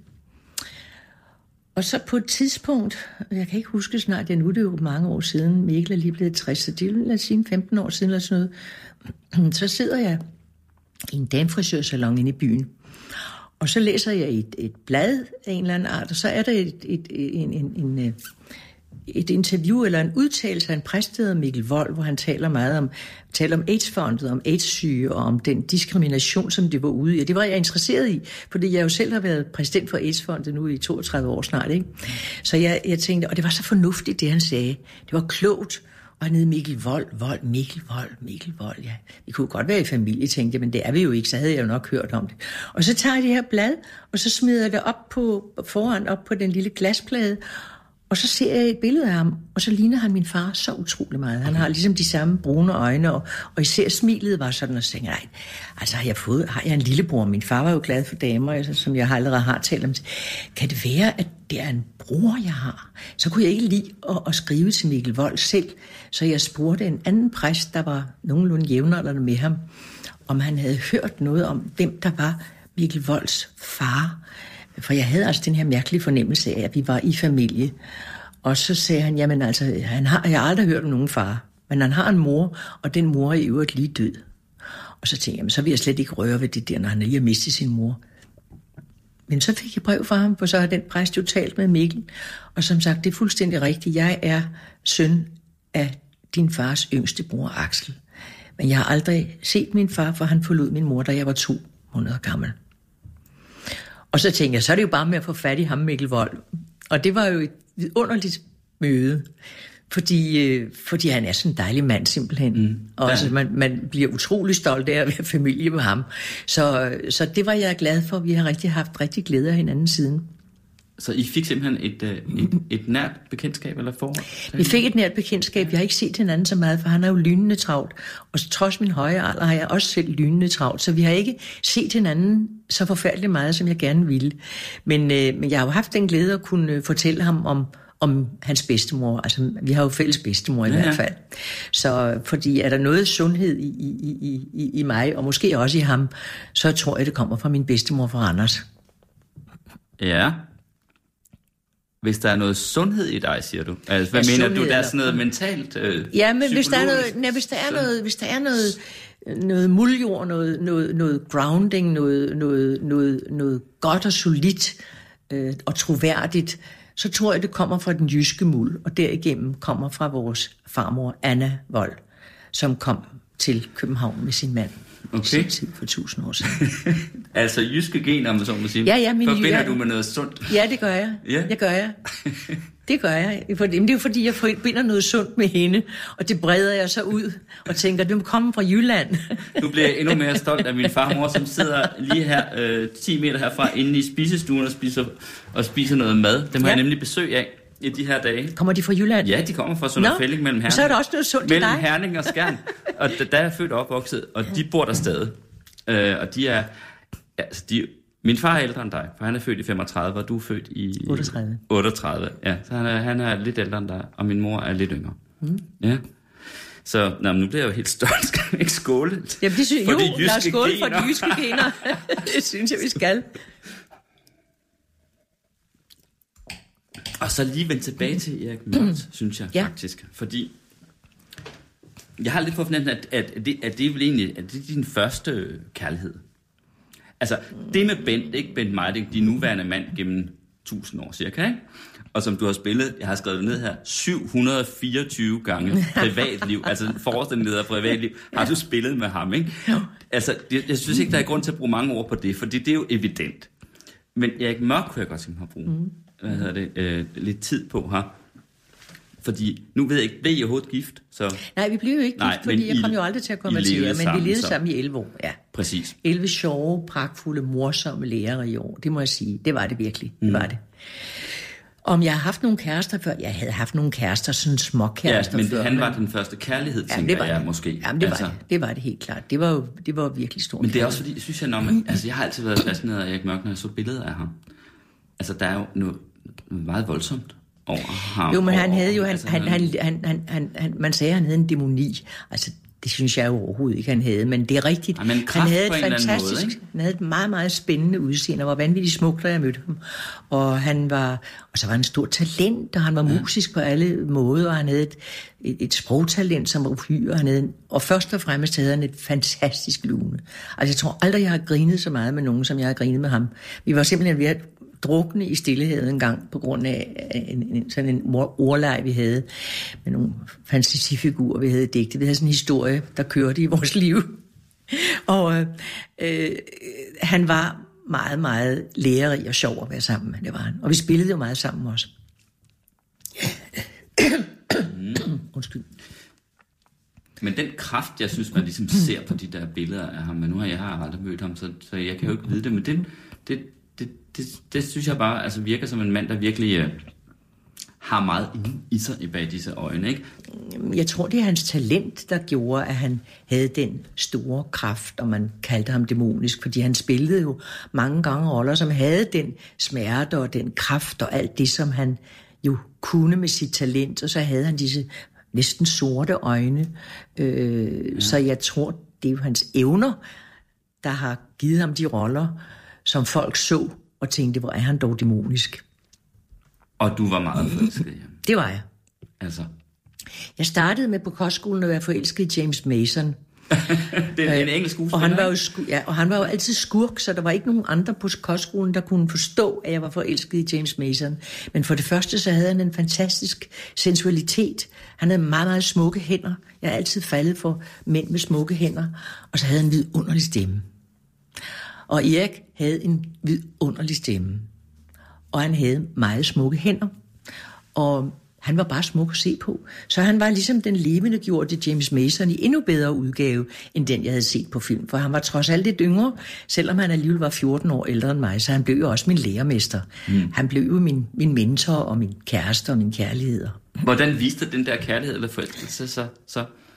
Og så på et tidspunkt, jeg kan ikke huske snart, ja, nu er det jo mange år siden, Mikkel er lige blevet tres, så det er lad os sige femten år siden eller sådan noget, så sidder jeg i en damefrisørsalon inde i byen. Og så læser jeg et, et blad af en eller anden art, og så er der et, et, en, en, en, et interview eller en udtalelse af en præst, der hedder Mikkel Vold, hvor han taler meget om, taler om AIDS-fondet, om AIDS-syge og om den diskrimination, som det var ude i. Og det var jeg interesseret i, fordi jeg jo selv har været præsident for AIDS-fondet nu i toogtredive år snart, ikke? Så jeg, jeg tænkte, og det var så fornuftigt, det han sagde. Det var klogt. Og han hed Mikkel Vold, Vold, Mikkel Vold, Mikkel Vold, ja. Vi kunne godt være i familie, tænkte jeg, men det er vi jo ikke, så havde jeg jo nok hørt om det. Og så tager jeg det her blad, og så smider jeg det op på, foran op på den lille glasplade, og så ser jeg et billede af ham, og så ligner han min far så utrolig meget. Han har ligesom de samme brune øjne, og, og især smilet var sådan, og så tænkte jeg, nej, altså har jeg, fået, har jeg en lillebror? Min far var jo glad for damer, altså, som jeg allerede har talt om. Kan det være, at det er en bror, jeg har? Så kunne jeg ikke lide at, at skrive til Mikkel Vold selv, så jeg spurgte en anden præst, der var nogenlunde jævnaldrende med ham, om han havde hørt noget om, hvem der var Mikkel Volds far. For jeg havde altså den her mærkelige fornemmelse af, at vi var i familie. Og så sagde han, jamen altså, han har, jeg har aldrig hørt om nogen far, men han har en mor, og den mor er i øvrigt lige død. Og så tænkte jeg, jamen, så vil jeg slet ikke røre ved det der, når han lige har mistet sin mor. Men så fik jeg brev fra ham, for så har den præst jo talt med Mikkel. Og som sagt, det er fuldstændig rigtigt. Jeg er søn af din fars yngste bror, Axel. Men jeg har aldrig set min far, for han forlod min mor, da jeg var to måneder gammel. Og så tænkte jeg, så er det jo bare med at få fat i ham, Mikkel Vold. Og det var jo et vidunderligt møde, fordi, øh, fordi han er sådan en dejlig mand simpelthen. Mm. Og ja. altså, man, man bliver utrolig stolt af at være familie med ham. Så, så det var jeg glad for. Vi har rigtig haft rigtig glæde af hinanden siden. Så I fik simpelthen et, et, et nært bekendtskab eller forhold? Vi fik et nært bekendtskab. Jeg har ikke set hinanden så meget, for han er jo lynende travlt. Og trods min høje alder har jeg også selv lynende travlt. Så vi har ikke set hinanden så forfærdeligt meget, som jeg gerne ville. Men, øh, men jeg har jo haft den glæde at kunne fortælle ham om, om hans bedstemor. Altså, vi har jo fælles bedstemor i ja, hvert fald. Så fordi er der noget sundhed i, i, i, i, i mig, og måske også i ham, så tror jeg, det kommer fra min bedstemor fra Randers. Ja. Hvis der er noget sundhed i dig, siger du. Altså, hvad ja, mener du? Der er sådan noget mentalt øh, ja, men hvis der er noget, nej, hvis der er noget, hvis der er noget, noget muldjord, noget, noget, noget grounding, noget, noget, noget, noget godt og solidt øh, og troværdigt, så tror jeg, det kommer fra den jyske muld, og derigennem kommer fra vores farmor Anna Wold, som kom til København med sin mand. Okay. Tid for tusind år siden. Altså jyske gener, om så må sige. Ja, ja, min forbinder jeg, du med noget sundt? Ja, det gør jeg. Ja. Det gør jeg. Det gør jeg. Men det er jo fordi, jeg forbinder noget sundt med hende, og det breder jeg så ud og tænker, det må komme fra Jylland. Nu bliver jeg endnu mere stolt af min farmor, som sidder lige her øh, ti meter herfra, inde i spisestuen og spiser, og spiser noget mad. Dem har ja. jeg nemlig besøg af i de her dage. Kommer de fra Jylland? Ja, de kommer fra Sønder Fælling mellem Herning. Så er der også noget sundt mellem Herning og Skjern. Og der, der er jeg født og opvokset, og de bor der stadig. Øh, og de er... Altså, de, min far er ældre end dig, for han er født i femogtredive, og du er født i... otteogtredive. otteogtredive, ja. Så han er, han er lidt ældre end dig, og min mor er lidt yngre. Mm. Ja. Så nå, nu bliver jeg jo helt stolt. Skal vi ikke skåle? Jamen, det synes, jo, de lad os skåle for de jyske gener. Det synes jeg, vi skal. Og så lige vende tilbage til Erik Mørkt, synes jeg ja. faktisk. Fordi jeg har lidt på fornemmelsen, at, at, det, at det er vel egentlig at det er din første kærlighed. Altså, det med Bent, ikke Bent Mejding, din nuværende mand gennem tusind år cirka, ikke? Og som du har spillet, jeg har skrevet det ned her, syv hundrede og fireogtyve gange privatliv, altså forestillet af privatliv, har du spillet med ham, ikke? Altså, det, jeg synes ikke, der er grund til at bruge mange ord på det, for det, det er jo evident. Men Erik Mørkt kunne jeg godt tænke mig at bruge. Mm. Hvad hedder det, øh, lidt tid på her. Fordi, nu ved jeg ikke, blev I overhovedet gift? Så... Nej, vi blev jo ikke Nej, gift, fordi jeg kom I, jo aldrig til at komme til jer, men vi levede så... sammen i elleve år. Ja. Præcis. elleve sjove, pragtfulde, morsomme lærere i år, det må jeg sige. Det var det virkelig, det mm. var det. Om jeg har haft nogle kærester før? Jeg havde haft nogle kærester, sådan små kærester ja, men før. han var den første kærlighed, ja, tænker det jeg det. måske. Jamen, det var, altså... det. det var det helt klart. Det var jo det var virkelig stort. Men det er også fordi, synes jeg, når man... altså, jeg har altid været fascineret af Erik Mørkt, når jeg så billeder af ham. Altså, der er jo noget, noget meget voldsomt over ham. Jo, men han over, havde jo... Han, altså, han, han, han, han, han, han, man sagde, at han havde en dæmoni. Altså, det synes jeg jo overhovedet ikke, han havde. Men det er rigtigt. Ja, han havde et fantastisk... Måde, han havde et meget, meget spændende udseende, og var vanvittigt smuk, da jeg mødte ham. Og han var... Og så var han en stor talent, og han var ja. musisk på alle måder, og han havde et, et, et sprogtalent, som var uhyre. Han havde, og først og fremmest havde han et fantastisk lune. Altså, jeg tror aldrig, jeg har grinet så meget med nogen, som jeg har grinet med ham. Vi var simpelthen ved at drukne i stillehed en gang, på grund af en, en, sådan en ordleg, vi havde, med nogle fantasifigurer, vi havde digtet. Vi havde sådan en historie, der kørte i vores liv. Og øh, han var meget, meget lærerig og sjov at være sammen med, det var han. Og vi spillede jo meget sammen også. Undskyld. Men den kraft, jeg synes, man ligesom ser på de der billeder af ham, men nu har jeg aldrig mødt ham, så, så jeg kan jo ikke vide det, men det, det, det, det, det synes jeg bare altså virker som en mand, der virkelig øh, har meget i sig i bag disse øjne, ikke? Jeg tror, det er hans talent, der gjorde, at han havde den store kraft, og man kaldte ham dæmonisk, fordi han spillede jo mange gange roller, som havde den smerte og den kraft og alt det, som han jo kunne med sit talent, og så havde han disse næsten sorte øjne. Øh, ja. Så jeg tror, det er jo hans evner, der har givet ham de roller, som folk så og tænkte, hvor er han dog dæmonisk. Og du var meget forelsket, ja. Det var jeg. Altså. Jeg startede med på kostskolen at være forelsket i James Mason. Det er en engelsk skuespiller. Og han var jo sku- ja, og han var jo altid skurk, så der var ikke nogen andre på kostskolen, der kunne forstå, at jeg var forelsket i James Mason. Men for det første, så havde han en fantastisk sensualitet. Han havde meget, meget smukke hænder. Jeg har altid faldet for mænd med smukke hænder. Og så havde han en vidunderlig stemme. Og Erik havde en vidunderlig stemme. Og han havde meget smukke hænder. Og han var bare smuk at se på. Så han var ligesom den levende gjorte James Mason i endnu bedre udgave, end den, jeg havde set på film. For han var trods alt lidt yngre, selvom han alligevel var fjorten år ældre end mig, så han blev jo også min lærermester. Mm. Han blev jo min, min mentor og min kæreste og min kærlighed. Hvordan viste den der kærlighed eller forelskelse så? så?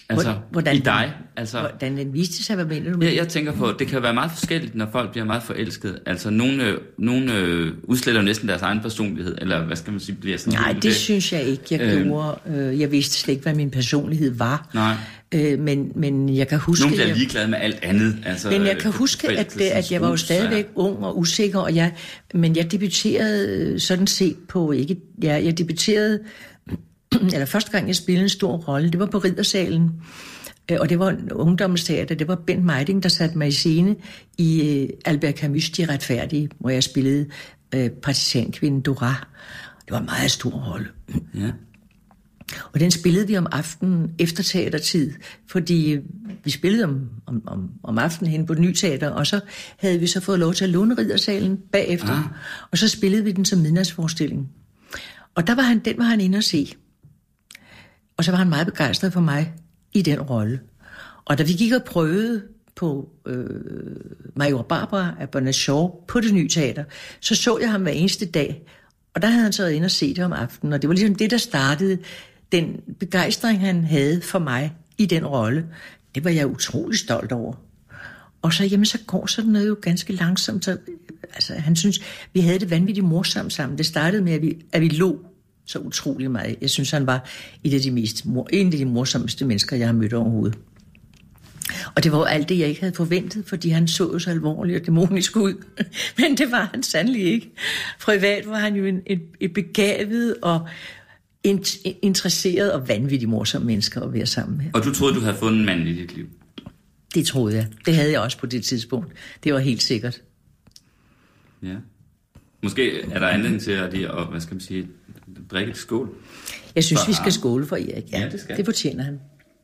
Altså, hvordan, i dig. Altså, hvordan den viste sig, hvad mener du med? Jeg, jeg tænker på, det kan være meget forskelligt, når folk bliver meget forelsket. Altså, nogle, nogle øh, udsletter næsten deres egen personlighed, eller hvad skal man sige, bliver sådan... Nej, det, det synes jeg ikke, jeg øh, gjorde. Jeg vidste slet ikke, hvad min personlighed var. Nej. Øh, men, men jeg kan huske... Nogle bliver ligeglade med alt andet. Altså, men jeg kan huske, at, at jeg var jo stadigvæk ung og usikker, og jeg, men jeg debuterede sådan set på... ikke. Jeg, jeg debuterede... eller første gang, jeg spillede en stor rolle, det var på Riddersalen, og det var en ungdomsteater, det var Bent Mejding, der satte mig i scene i Albert Camus' De Retfærdige, hvor jeg spillede øh, partisankvinden Dora. Det var en meget stor rolle. Ja. Og den spillede vi om aftenen efter teatertid, fordi vi spillede om, om, om, om aftenen hen på det nye teater, og så havde vi så fået lov til at låne Riddersalen bagefter, ah. og så spillede vi den som midnatsforestilling. Og der var han, den var han inde at se. Og så var han meget begejstret for mig i den rolle. Og da vi gik og prøvede på øh, Major Barbara af Bernard Shaw på det nye teater, så så jeg ham hver eneste dag. Og der havde han så været inde og set det om aftenen. Og det var ligesom det, der startede den begejstring, han havde for mig i den rolle. Det var jeg utrolig stolt over. Og så, jamen, så går sådan noget jo ganske langsomt. Så, altså, han synes, vi havde det vanvittigt morsomt sammen. Det startede med, at vi, at vi lå så utrolig meget. Jeg synes, han var et af de mest, en af de morsomste mennesker, jeg har mødt overhovedet. Og det var jo alt det, jeg ikke havde forventet, fordi han så jo så alvorligt og dæmonisk ud. Men det var han sandelig ikke. Privat var han jo en, et, et begavet og int, interesseret og vanvittigt morsom mennesker at være sammen med. Og du troede, du havde fundet en mand i dit liv? Det troede jeg. Det havde jeg også på det tidspunkt. Det var helt sikkert. Ja. Måske er der anledning til at, at hvad skal man sige, drikke et skål? Jeg synes, for vi skal skåle for Erik. Ja, ja det, skal. Det fortjener han.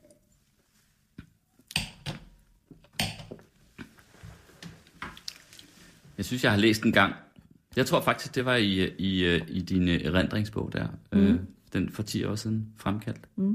Jeg synes, jeg har læst en gang. Jeg tror faktisk, det var i, i, i din erindringsbog der. Mm. Øh, den for ti år siden fremkaldt. Mm.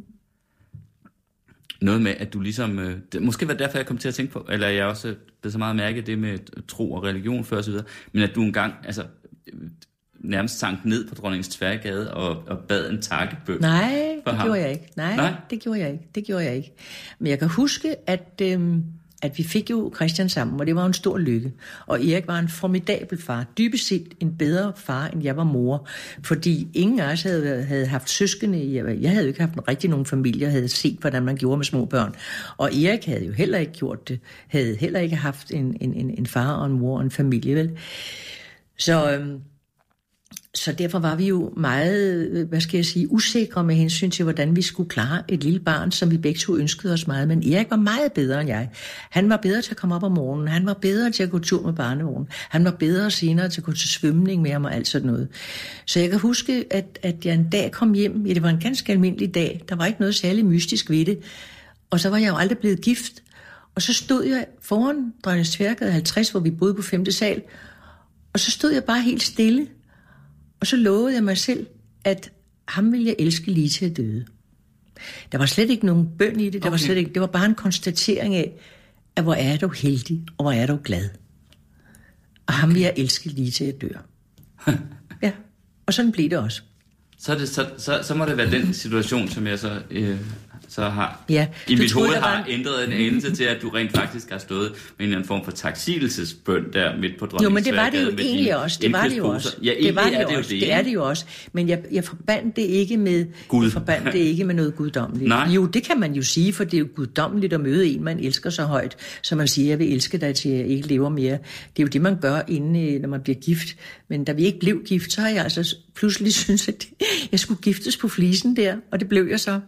Noget med, at du ligesom... Øh, det, måske var det derfor, jeg kom til at tænke på, eller jeg også blev så meget mærket det med tro og religion før og så videre, men at du engang altså, nærmest sank ned på Dronningens Tværgade og, og bad en takkebøn. Nej, det ham. gjorde jeg ikke. Nej, Nej, det gjorde jeg ikke. Det gjorde jeg ikke. Men jeg kan huske, at... Øh, at vi fik jo Christian sammen, og det var en stor lykke. Og Erik var en formidabel far. Dybest set en bedre far, end jeg var mor. Fordi ingen af os havde, havde haft søskende. Jeg havde jo ikke haft en rigtig nogen familie, jeg havde set, hvordan man gjorde med små børn. Og Erik havde jo heller ikke gjort det. Havde heller ikke haft en, en, en, en far og en mor og en familie, vel? Så... Øhm, Så derfor var vi jo meget, hvad skal jeg sige, usikre med hensyn til, hvordan vi skulle klare et lille barn, som vi begge to ønskede os meget. Men Erik var meget bedre end jeg. Han var bedre til at komme op om morgenen. Han var bedre til at gå tur med barnevognen. Han var bedre senere til at gå til svømning med ham og alt sådan noget. Så jeg kan huske, at, at jeg en dag kom hjem. Ja, det var en ganske almindelig dag. Der var ikke noget særligt mystisk ved det. Og så var jeg jo aldrig blevet gift. Og så stod jeg foran Dronningens Tværgade halvtreds, hvor vi boede på femte sal. Og så stod jeg bare helt stille. Og så lovede jeg mig selv, at ham ville jeg elske lige til at døde. Der var slet ikke nogen bøn i det. Der okay. var slet ikke, det var bare en konstatering af, at hvor er du heldig, og hvor er du glad. Og ham vil jeg elske lige til at dør. Ja, og sådan blev det også. Så, det, så, så, så må det være den situation, som jeg så, øh, så har ja, i mit hoved har en... ændret en anelse til, at du rent faktisk har stået med en eller anden form for taksigelsesbøn der midt på Dronningens Tværgade. Jo, men det var det jo egentlig også. Det var det jo også. Ja, det, var det, er det, også. det, det er det jo også. Men jeg, jeg forbandt det ikke med Gud. Jeg forbandt det ikke med noget guddommeligt. Nej. Jo, det kan man jo sige, for det er jo guddommeligt at møde en, man elsker så højt, så man siger, jeg vil elske dig til jeg ikke lever mere. Det er jo det, man gør, inden, når man bliver gift. Men da vi ikke blev gift, så har jeg altså pludselig synes, at jeg skulle giftes på flisen der, og det blev jeg så.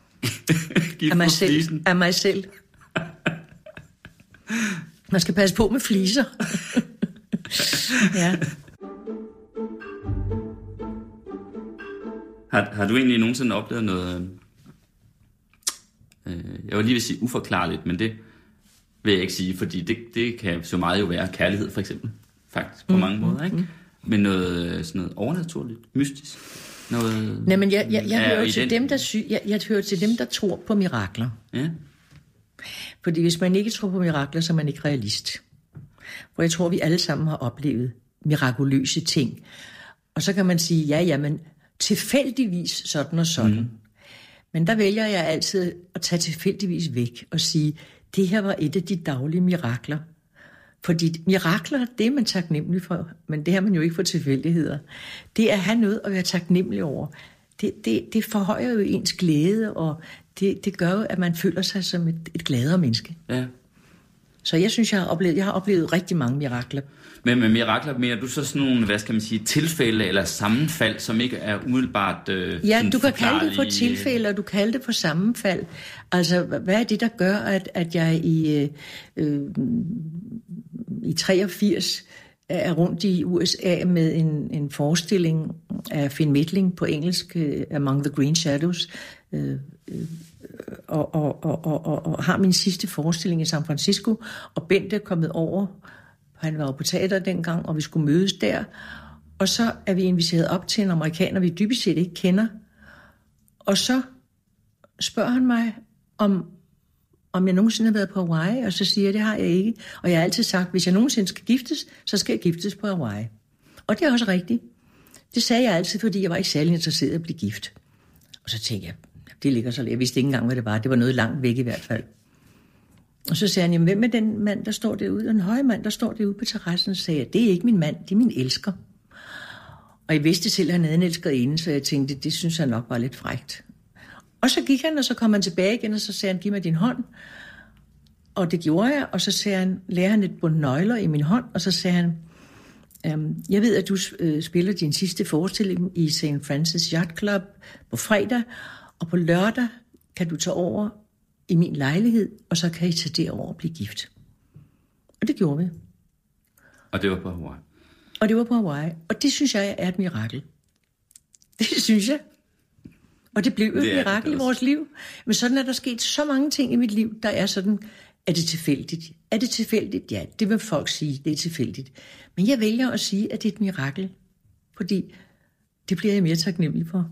af mig selv. Af mig selv. Man skal passe på med fliser. Ja. Har, har du egentlig nogensinde oplevet noget, øh, jeg vil lige vil sige uforklarligt, men det vil jeg ikke sige, fordi det, det kan så meget jo være kærlighed for eksempel, faktisk på mm, mange måder, ikke? Mm. Men noget sådan noget overnaturligt, mystisk. Noget, Nej, men jeg, jeg, jeg, hører til dem, der sy- jeg, jeg hører til dem, der tror på mirakler. Ja. Fordi hvis man ikke tror på mirakler, så er man ikke realist. For jeg tror, vi alle sammen har oplevet mirakuløse ting. Og så kan man sige, ja, ja, men tilfældigvis sådan og sådan. Mm. Men der vælger jeg altid at tage tilfældigvis væk og sige, det her var et af de daglige mirakler. Fordi mirakler, det er man taknemmelig for, men det har man jo ikke for tilfældigheder. Det er at have noget at være taknemmelig over. Det, det, det forhøjer jo ens glæde, og det, det gør jo, at man føler sig som et, et gladere menneske. Ja. Så jeg synes, jeg har oplevet, jeg har oplevet rigtig mange mirakler. Men med mirakler mener du så sådan nogle, hvad skal man sige, tilfælde eller sammenfald, som ikke er umiddelbart øh, ja, du kan kalde det for tilfælde, og du kan kalde det for sammenfald. Altså, hvad er det, der gør, at, at jeg i, øh, i treogfirs er rundt i U S A med en, en forestilling af Finn Medling på engelsk, uh, Among the Green Shadows, uh, uh, og, og, og, og, og, og har min sidste forestilling i San Francisco, og Bent er kommet over. Han var jo på teater dengang, og vi skulle mødes der. Og så er vi inviteret op til en amerikaner, vi dybest set ikke kender. Og så spørger han mig, om, om jeg nogensinde har været på Hawaii, og så siger jeg, det har jeg ikke. Og jeg har altid sagt, hvis jeg nogensinde skal giftes, så skal jeg giftes på Hawaii. Og det er også rigtigt. Det sagde jeg altid, fordi jeg var ikke særlig interesseret i at blive gift. Og så tænkte jeg, det ligger så. Jeg vidste ikke engang, hvad det var. Det var noget langt væk i hvert fald. Og så sagde han, jamen, hvem er den mand, der står derude? Den høje mand, der står derude på terrassen, sagde jeg, det er ikke min mand, det er min elsker. Og jeg vidste selv, at han havde en elskerinde, så jeg tænkte, det synes jeg nok var lidt frækt. Og så gik han, og så kom han tilbage igen, og så sagde han, giv mig din hånd. Og det gjorde jeg, og så sagde han, lærer han et bundt nøgler i min hånd, og så sagde han, øhm, jeg ved, at du øh, spiller din sidste forestilling i Saint Francis Yacht Club på fredag, og på lørdag kan du tage over i min lejlighed, og så kan I tage derover og blive gift. Og det gjorde vi. Og det var på Hawaii? Og det var på Hawaii. Og det synes jeg er et mirakel. Det synes jeg. Og det blev jo et mirakel i vores liv. Men sådan er der sket så mange ting i mit liv, der er sådan, er det tilfældigt? Er det tilfældigt? Ja, det vil folk sige, det er tilfældigt. Men jeg vælger at sige, at det er et mirakel. Fordi det bliver jeg mere taknemmelig for.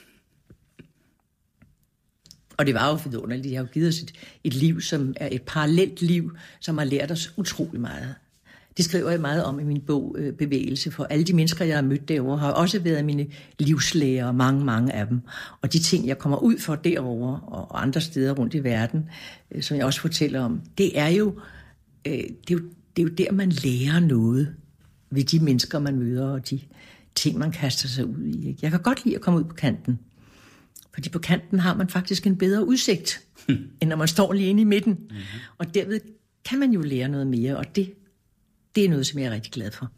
Og det var jo vidunderligt. De har jo givet os et, et liv, som er et parallelt liv, som har lært os utrolig meget. Det skriver jeg meget om i min bog øh, Bevægelse, for alle de mennesker, jeg har mødt derovre, har også været mine livslæger, mange, mange af dem. Og de ting, jeg kommer ud for derovre og andre steder rundt i verden, øh, som jeg også fortæller om, det er jo, øh, det er jo, det er jo der, man lærer noget ved de mennesker, man møder, og de ting, man kaster sig ud i. Ikke? Jeg kan godt lide at komme ud på kanten. Fordi på kanten har man faktisk en bedre udsigt, end når man står lige inde i midten. Mm-hmm. Og derved kan man jo lære noget mere, og det, det er noget, som jeg er rigtig glad for.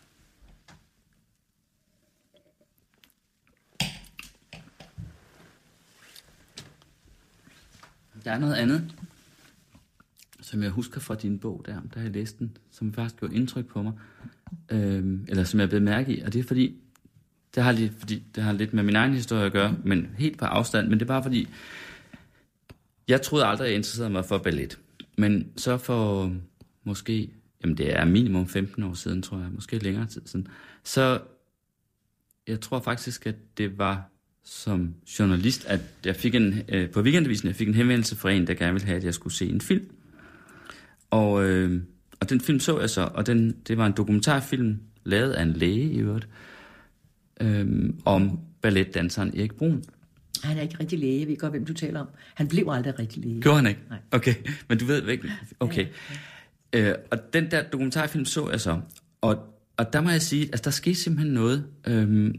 Der er noget andet, som jeg husker fra din bog der, der jeg læste den, som faktisk gjorde indtryk på mig, øhm, eller som jeg blev mærke i, og det er fordi, det har, lidt, fordi, det har lidt med min egen historie at gøre, men helt på afstand, men det er bare fordi, jeg troede aldrig, jeg interesserede mig for ballet. Men så for måske, jamen det er minimum femten år siden, tror jeg, måske længere tid siden, så jeg tror faktisk, at det var som journalist, at jeg fik en, øh, på Weekendavisen, jeg fik en henvendelse fra en, der gerne ville have, at jeg skulle se en film. Og, øh, og den film så jeg så, og den, det var en dokumentarfilm, lavet af en læge i øvrigt, Øhm, om balletdanseren Erik Bruhn. Han er ikke rigtig læge, jeg ved godt, hvem du taler om. Han blev aldrig rigtig læge. Gjorde han ikke? Nej. Okay, men du ved ikke. Okay. Ja, ja. Øh, og den der dokumentarfilm så jeg så, og, og der må jeg sige, at altså, der skete simpelthen noget. Øhm,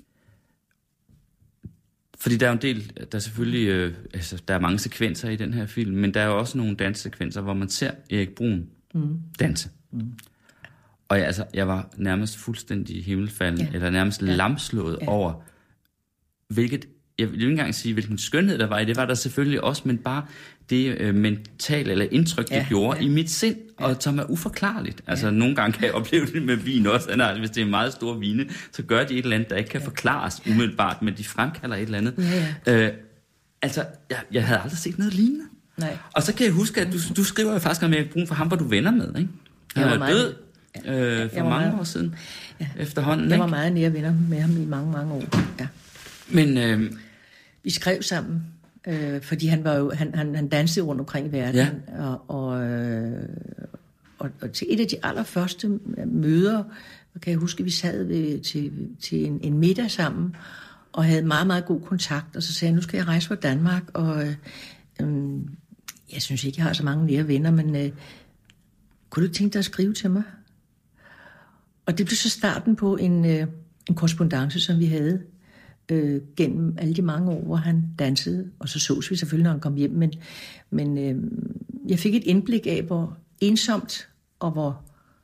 fordi der er jo en del, der er selvfølgelig, øh, altså, der er mange sekvenser i den her film, men der er jo også nogle danssekvenser, hvor man ser Erik Bruhn mm. danse. Mm. Og jeg, altså, jeg var nærmest fuldstændig himmelfalden, ja. eller nærmest ja. lamslået ja. over, hvilket, jeg vil ikke engang sige, hvilken skønhed der var i, det var der selvfølgelig også, men bare det øh, mentale eller indtryk, det ja. gjorde ja. i mit sind, ja. og som er uforklarligt. Altså, ja. nogle gange kan jeg opleve det med vin også, altså, hvis det er meget store vine, så gør de et eller andet, der ikke kan ja. forklares umiddelbart, men de fremkalder et eller andet. Ja, ja. Øh, altså, jeg, jeg havde aldrig set noget lignende. Nej. Og så kan jeg huske, at du, du skriver jo faktisk om Erik Bruhn, for ham var du venner med, ikke? Han var, var død. Øh, for mange meget, år siden ja, efterhånden. Jeg var meget nære venner med ham i mange, mange år. Ja. Men øh, vi skrev sammen, øh, fordi han var jo han, han, han dansede rundt omkring i verden, ja. og, og, øh, og, og til et af de allerførste møder, kan jeg huske, vi sad ved, til, til en, en middag sammen, og havde meget, meget god kontakt. Og så sagde jeg, nu skal jeg rejse fra Danmark, og øh, øh, jeg synes ikke, jeg har så mange nære venner, men øh, kunne du ikke tænke dig at skrive til mig? Og det blev så starten på en, øh, en korrespondance, som vi havde øh, gennem alle de mange år, hvor han dansede. Og så sås vi selvfølgelig, når han kom hjem. Men, men øh, jeg fik et indblik af, hvor ensomt og hvor...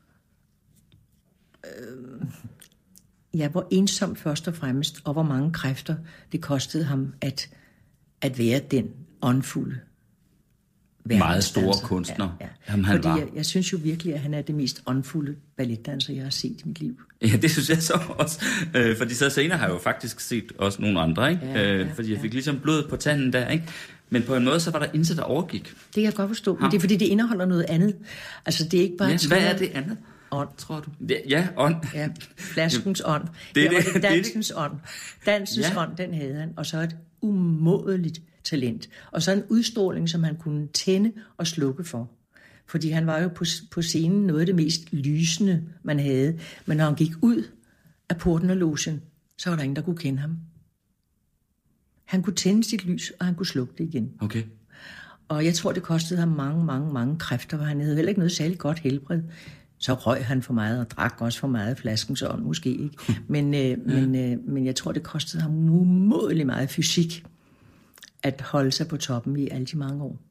Øh, ja, hvor ensomt først og fremmest, og hvor mange kræfter det kostede ham at, at være den åndfulde meget store kunstner. Ja, ja. Jamen, han Fordi var. Jeg, jeg synes jo virkelig, at han er det mest åndfulde balletdanser, jeg har set i mit liv. Ja, det synes jeg så også. Øh, fordi så senere har jeg jo faktisk set også nogle andre, ikke? Ja, ja, øh, fordi jeg ja. fik ligesom blod på tanden der, ikke? Men på en måde, så var der intet, der overgik. Det kan jeg godt forstå, men det er fordi, det indeholder noget andet. Altså, det er ikke bare... Ja, hvad er det andet? Ånd. Tror du? Det, ja, ånd. Ja, flaskens ånd. Det er det, det, det, dansens ånd. Dansens ja. ånd, den havde han. Og så et umådeligt talent. Og så en udstråling, som han kunne tænde og slukke for. Fordi han var jo på, på scenen noget af det mest lysende, man havde. Men når han gik ud af porten og logen, så var der ingen, der kunne kende ham. Han kunne tænde sit lys, og han kunne slukke det igen. Okay. Og jeg tror, det kostede ham mange, mange, mange kræfter, for han havde heller ikke noget særligt godt helbred. Så røg han for meget og drak også for meget flaskens ånd, måske ikke. Men, øh, ja. men, øh, men jeg tror, det kostede ham umådelig meget fysik at holde sig på toppen i alle de mange år.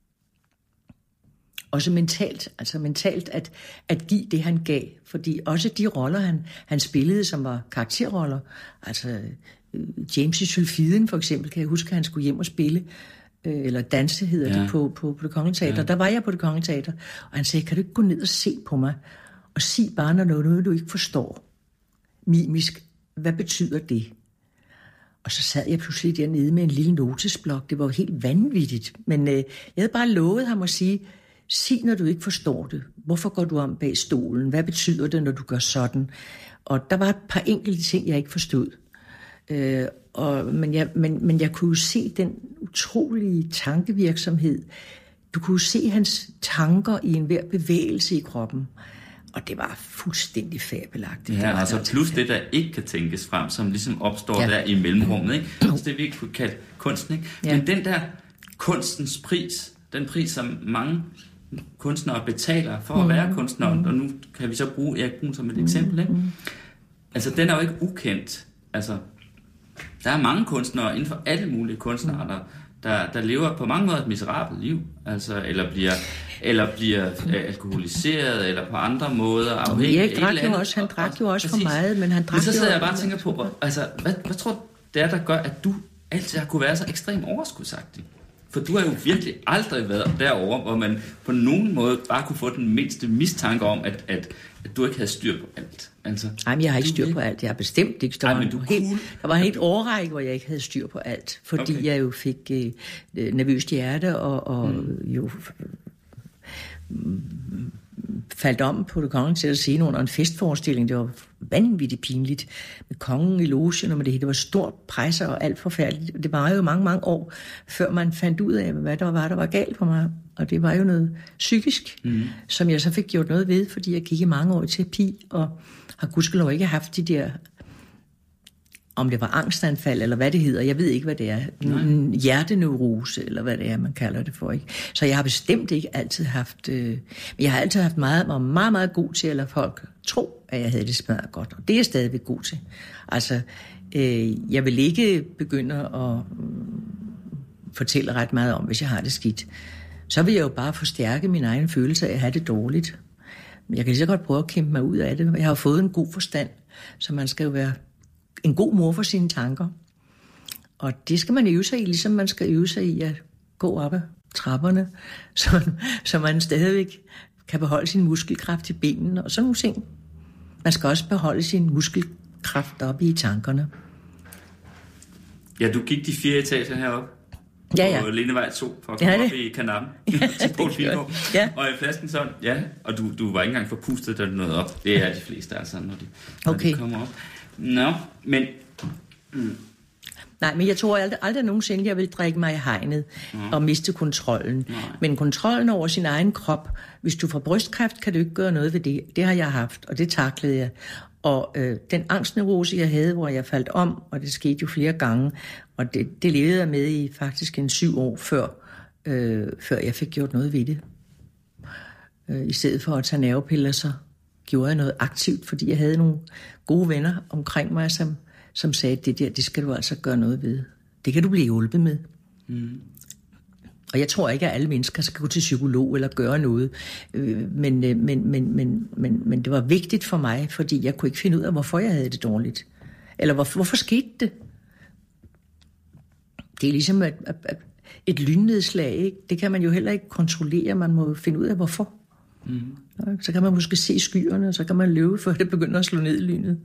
Også mentalt, altså mentalt at, at give det, han gav. Fordi også de roller, han, han spillede, som var karakterroller, altså James i Sylfiden for eksempel, kan jeg huske, at han skulle hjem og spille, eller danse hedder ja. det på, på, på Det Kongelige Teater. Ja. Der var jeg på Det Kongelige Teater, og han sagde, kan du ikke gå ned og se på mig, og sig bare, når noget, du ikke forstår, mimisk, hvad betyder det? Og så sad jeg pludselig dernede med en lille notesblok. Det var jo helt vanvittigt. Men øh, jeg havde bare lovet ham at sige, sig, når du ikke forstår det. Hvorfor går du om bag stolen? Hvad betyder det, når du gør sådan? Og der var et par enkelte ting, jeg ikke forstod. Øh, og, men, jeg, men, men jeg kunne se den utrolige tankevirksomhed. Du kunne se hans tanker i enhver bevægelse i kroppen. Og det var fuldstændig fabelagtigt. Ja, altså altså plus det, der ikke kan tænkes frem, som ligesom opstår ja. der i mellemrummet, ikke? Altså det, vi ikke kunne kalde kunsten, ikke? Ja. Men den der kunstens pris, den pris, som mange kunstnere betaler for at mm. være kunstnere, mm. og nu kan vi så bruge Erik Bruhn som et mm. eksempel, ikke? Altså, den er jo ikke ukendt. Altså, der er mange kunstnere inden for alle mulige kunstnere, der, der lever på mange måder et miserabelt liv, altså, eller bliver, eller bliver alkoholiseret, eller på andre måder afhængig. Erik drak jo også, han drak jo også for meget, men han drak men så sidder jo jeg bare og tænker på, altså, hvad, hvad tror du, det er, der gør, at du altid har kunne være så ekstremt overskudsagtig? For du har jo virkelig aldrig været derovre, hvor man på nogen måde bare kunne få den mindste mistanke om, at, at, at du ikke havde styr på alt. Altså, nej, men jeg har ikke styr på alt. Jeg har bestemt ikke. Der, Ej, var, men du helt, cool. der var en helt årrække, hvor jeg ikke havde styr på alt. Fordi okay. jeg jo fik øh, nervøst hjerte og, og mm. jo øh, faldt om på Det Kongelige til at se under en festforestilling. Det var vanvittigt pinligt med kongen i logen, og med det hele. Det var stort pres og alt forfærdeligt. Det var jo mange, mange år, før man fandt ud af, hvad der var, der var galt på mig. Og det var jo noget psykisk, mm. som jeg så fik gjort noget ved, fordi jeg gik i mange år i terapi, og har gudskelov ikke haft de der, om det var angstanfald, eller hvad det hedder, jeg ved ikke, hvad det er, en hjerteneurose, eller hvad det er, man kalder det for, ikke? Så jeg har bestemt ikke altid haft, øh, men jeg har altid haft meget, meget, meget, meget god til at lade folk tro, at jeg havde det smadret godt, og det er jeg stadigvæk god til. Altså, øh, jeg vil ikke begynde at øh, fortælle ret meget om, hvis jeg har det skidt. Så vil jeg jo bare forstærke min egen følelse af at have det dårligt. Men jeg kan lige så godt prøve at kæmpe mig ud af det. Jeg har jo fået en god forstand, så man skal jo være en god mor for sine tanker. Og det skal man øve sig i, ligesom man skal øve sig i at gå op ad trapperne, så, så man stadigvæk kan beholde sin muskelkraft i benene og sådan nogle ting. Man skal også beholde sin muskelkraft oppe i tankerne. Ja, du gik de fire etager heroppe. Ja, ja. Og Lindevej to for at komme ja, op i kanappen ja, til Poul Pilgaard. Ja. Og i flasken sådan, ja, og du, du var ikke engang forpustet, da du nåede op. Det er de fleste, altså, når de, når okay. de kommer op. Nå, men... Mm. Nej, men jeg tror aldrig, aldrig nogensinde, jeg vil drikke mig i hegnet mm. og miste kontrollen. Nej. Men kontrollen over sin egen krop, hvis du får brystkræft, kan du ikke gøre noget ved det. Det har jeg haft, og det taklede jeg. Og øh, den angstneurose, jeg havde, hvor jeg faldt om, og det skete jo flere gange, og det, det levede jeg med i faktisk en syv år før, øh, før jeg fik gjort noget ved det. Øh, I stedet for at tage nervepiller, så gjorde jeg noget aktivt, fordi jeg havde nogle gode venner omkring mig, som, som sagde, det der, det skal du altså gøre noget ved. Det kan du blive hjulpet med. Mm. Og jeg tror ikke, at alle mennesker skal gå til psykolog eller gøre noget. Men, men, men, men, men, men det var vigtigt for mig, fordi jeg kunne ikke finde ud af, hvorfor jeg havde det dårligt. Eller hvorfor, hvorfor skete det? Det er ligesom et, et, et lynnedslag, ikke? Det kan man jo heller ikke kontrollere. Man må finde ud af, hvorfor. Mm. Så kan man måske se skyerne, og så kan man løbe, før det begynder at slå ned i lynet.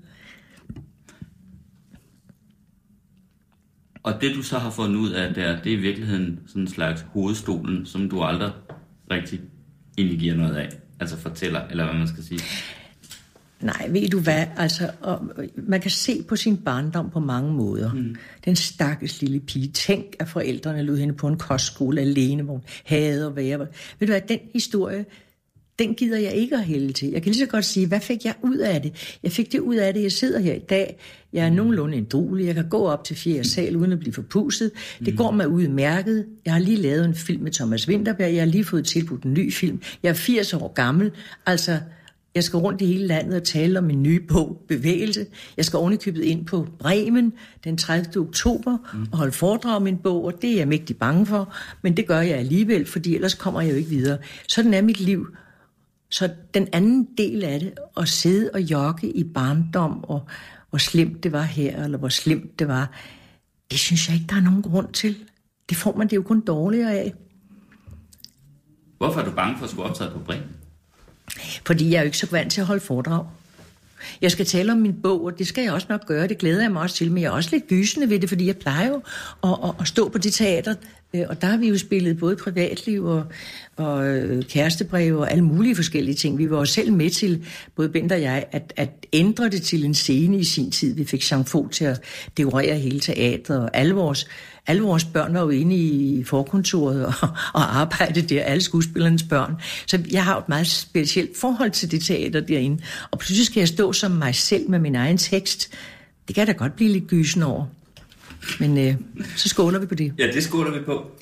Og det, du så har fundet ud af der, det er i virkeligheden sådan en slags hovedstolen, som du aldrig rigtig egentlig giver noget af. Altså fortæller, eller hvad man skal sige. Nej, ved du hvad? Altså, og man kan se på sin barndom på mange måder. Mm. Den stakkels lille pige. Tænk, at forældrene lod hende på en kostskole alene, hvor hun havde at være. Ved du hvad, den historie, den gider jeg ikke at hælde til. Jeg kan lige så godt sige, hvad fik jeg ud af det? Jeg fik det ud af det, jeg sidder her i dag. Jeg er nogenlunde ædruelig. Jeg kan gå op til fjerde sal uden at blive forpustet. Det går mig ud i mærket. Jeg har lige lavet en film med Thomas Vinterberg. Jeg har lige fået tilbudt en ny film. Jeg er firs år gammel. Altså, jeg skal rundt i hele landet og tale om min nye bog, Bevægelse. Jeg skal ovenikøbet ind på Bremen den tredivte oktober og holde foredrag om min bog, og det er jeg mægtig bange for. Men det gør jeg alligevel, fordi ellers kommer jeg jo ikke videre. Sådan er mit liv. Så den anden del af det, at sidde og jogge i barndom, og hvor slemt det var her, eller hvor slemt det var, det synes jeg ikke, der er nogen grund til. Det får man det jo kun dårligere af. Hvorfor er du bange for at skulle optræde på Bremen? Fordi jeg er jo ikke så vant til at holde foredrag. Jeg skal tale om min bog, og det skal jeg også nok gøre. Det glæder jeg mig også til, men jeg er også lidt gysende ved det, fordi jeg plejer jo at, at, at stå på det teater. Og der har vi jo spillet både privatliv og, og kærestebreve og alle mulige forskellige ting. Vi var også selv med til, både Bent og jeg, at, at ændre det til en scene i sin tid. Vi fik Jean Fog til at dekorere hele teatret, og alle vores, alle vores børn var jo inde i forkontoret og, og arbejdede der, alle skuespillernes børn. Så jeg har et meget specielt forhold til det teater derinde. Og pludselig skal jeg stå som mig selv med min egen tekst. Det kan da godt blive lidt gysen over. Men øh, så skåler vi på det. Ja, det skåler vi på.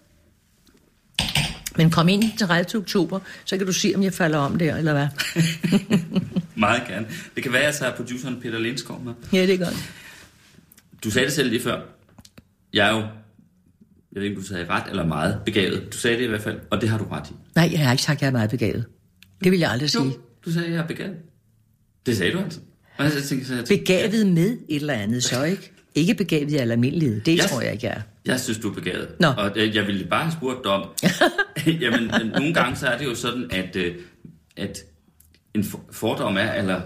Men kom ind til tredivte oktober, så kan du se, om jeg falder om der, eller hvad? Meget gerne. Det kan være, at jeg tager produceren Peter Lindskov med. Ja, det er godt. Du sagde det selv lige før. Jeg er jo, jeg ved ikke, du sagde ret eller meget begavet. Du sagde det i hvert fald, og det har du ret i. Nej, jeg har ikke sagt, at jeg er meget begavet. Det vil jeg aldrig sige. Jo, du sagde, at jeg er begavet. Det sagde du altså. Jeg tænkte, så jeg tænkte, begavet med et eller andet, så ikke? Ikke begavet i almindelighed. Det jeg, tror jeg ikke, jeg er. Jeg synes, du er begavet. Nå. Og jeg ville bare have spurgt dig om. Jamen, nogle gange så er det jo sådan, at, at en fordom er, eller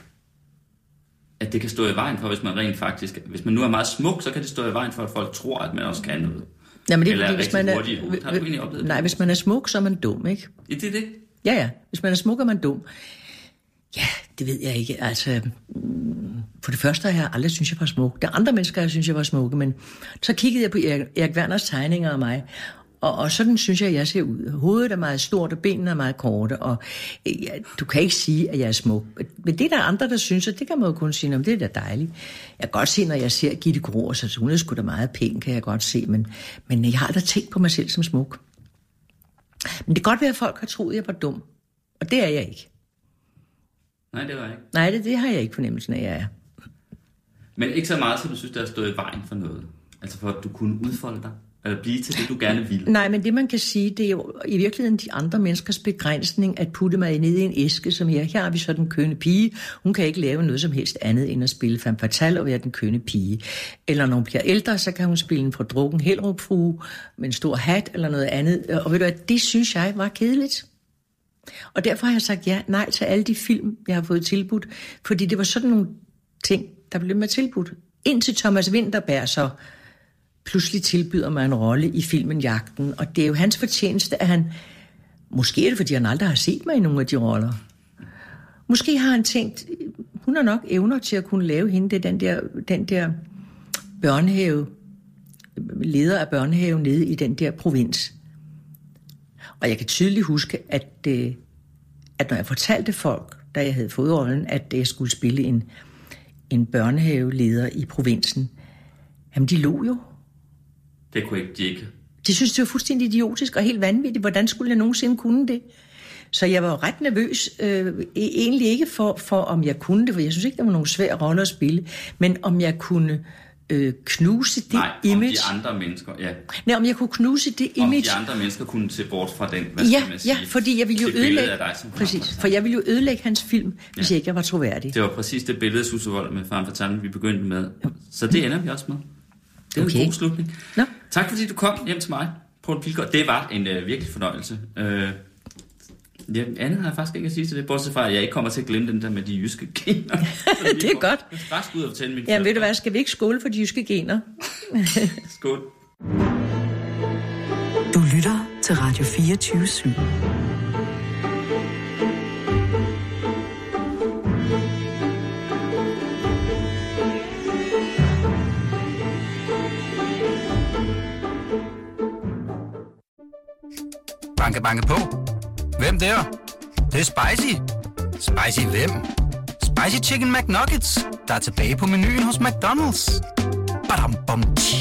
at det kan stå i vejen for, hvis man rent faktisk... Hvis man nu er meget smuk, så kan det stå i vejen for, at folk tror, at man også kan noget. Jamen, det er eller fordi, hvis man er... Har du egentlig oplevet det? Nej, hvis man er smuk, så er man dum, ikke? Ja, det er det. Ja, ja. Hvis man er smuk, er man dum. Ja, det ved jeg ikke. Altså, for det første har jeg aldrig synes jeg var smuk. Der er andre mennesker, jeg synes jeg var smukke, men så kiggede jeg på Erik, Erik Werners tegninger af mig, og, og sådan synes jeg, jeg ser ud. Hovedet er meget stort, og benene er meget korte, og ja, du kan ikke sige, at jeg er smuk. Men det er der andre, der synes, og det kan man jo kun sige, om det er da dejligt. Jeg kan godt se, når jeg ser Gitte Gror, så hun er sgu da meget pæn, kan jeg godt se, men, men jeg har da tænkt på mig selv som smuk. Men det kan godt være, at folk har troet, at jeg var dum, og det er jeg ikke. Nej, det var jeg ikke. Nej, det, det har jeg ikke fornemmelsen af, at jeg er. Men ikke så meget, som du synes, der er stået i vejen for noget? Altså for, at du kunne udfolde dig? Eller blive til det, du gerne ville? Nej, men det man kan sige, det er jo i virkeligheden de andre menneskers begrænsning at putte mig ned i en æske, som her. Her har vi så den kønne pige. Hun kan ikke lave noget som helst andet end at spille femme fatale og være den kønne pige. Eller når hun bliver ældre, så kan hun spille en fordrukken helrupfrue med en stor hat eller noget andet. Og ved du hvad, det synes jeg var kedeligt. Og derfor har jeg sagt ja, nej til alle de film, jeg har fået tilbudt, fordi det var sådan nogle ting, der blev mig tilbudt. Indtil Thomas Vinterberg så pludselig tilbyder mig en rolle i filmen Jagten, og det er jo hans fortjeneste, at han, måske er det, fordi han aldrig har set mig i nogle af de roller. Måske har han tænkt, hun har nok evner til at kunne lave hende, det er den der, den der børnehave, leder af børnehave nede i den der provins. Og jeg kan tydeligt huske, at, at når jeg fortalte folk, da jeg havde fået rollen, at jeg skulle spille en, en børnehaveleder i provinsen. Jamen, de lå jo. Det kunne ikke de ikke. De synes, det var fuldstændig idiotisk og helt vanvittigt. Hvordan skulle jeg nogensinde kunne det? Så jeg var ret nervøs. Øh, egentlig ikke for, for, om jeg kunne det, for jeg synes ikke, det var nogen svær rolle at spille. Men om jeg kunne øh, knuse det Nej, image. om de andre mennesker, ja. Nej, om jeg kunne knuse det image. Om de andre mennesker kunne se bort fra den, hvad ja, skal man sige? Ja, fordi jeg ville jo ødelægge, dig, præcis, for jeg ville jo ødelægge hans film, hvis ja. jeg ikke var troværdig. Det var præcis det billede, Susse Wold med Faren Fatale, vi begyndte med. Så det ender vi også med. Det er okay. En god slutning. Nå. Tak fordi du kom hjem til mig, Poul Pilgaard. Det var en øh, virkelig fornøjelse. Øh, ja, andet har jeg faktisk ikke at sige til det, bortset fra, at jeg ikke kommer til at glemme den der med de jyske gener. Det er godt. Jeg skal bare ud og fortælle min Ja, ved du hvad, skal vi ikke skåle for de jyske gener? Skål. Du lytter til Radio fireogtyve syv. Banke, banke på. Hvem der? Det, det er spicy. Spicy hvem? Spicy Chicken McNuggets, der er tilbage på menuen hos McDonald's. Badum, bom, tji.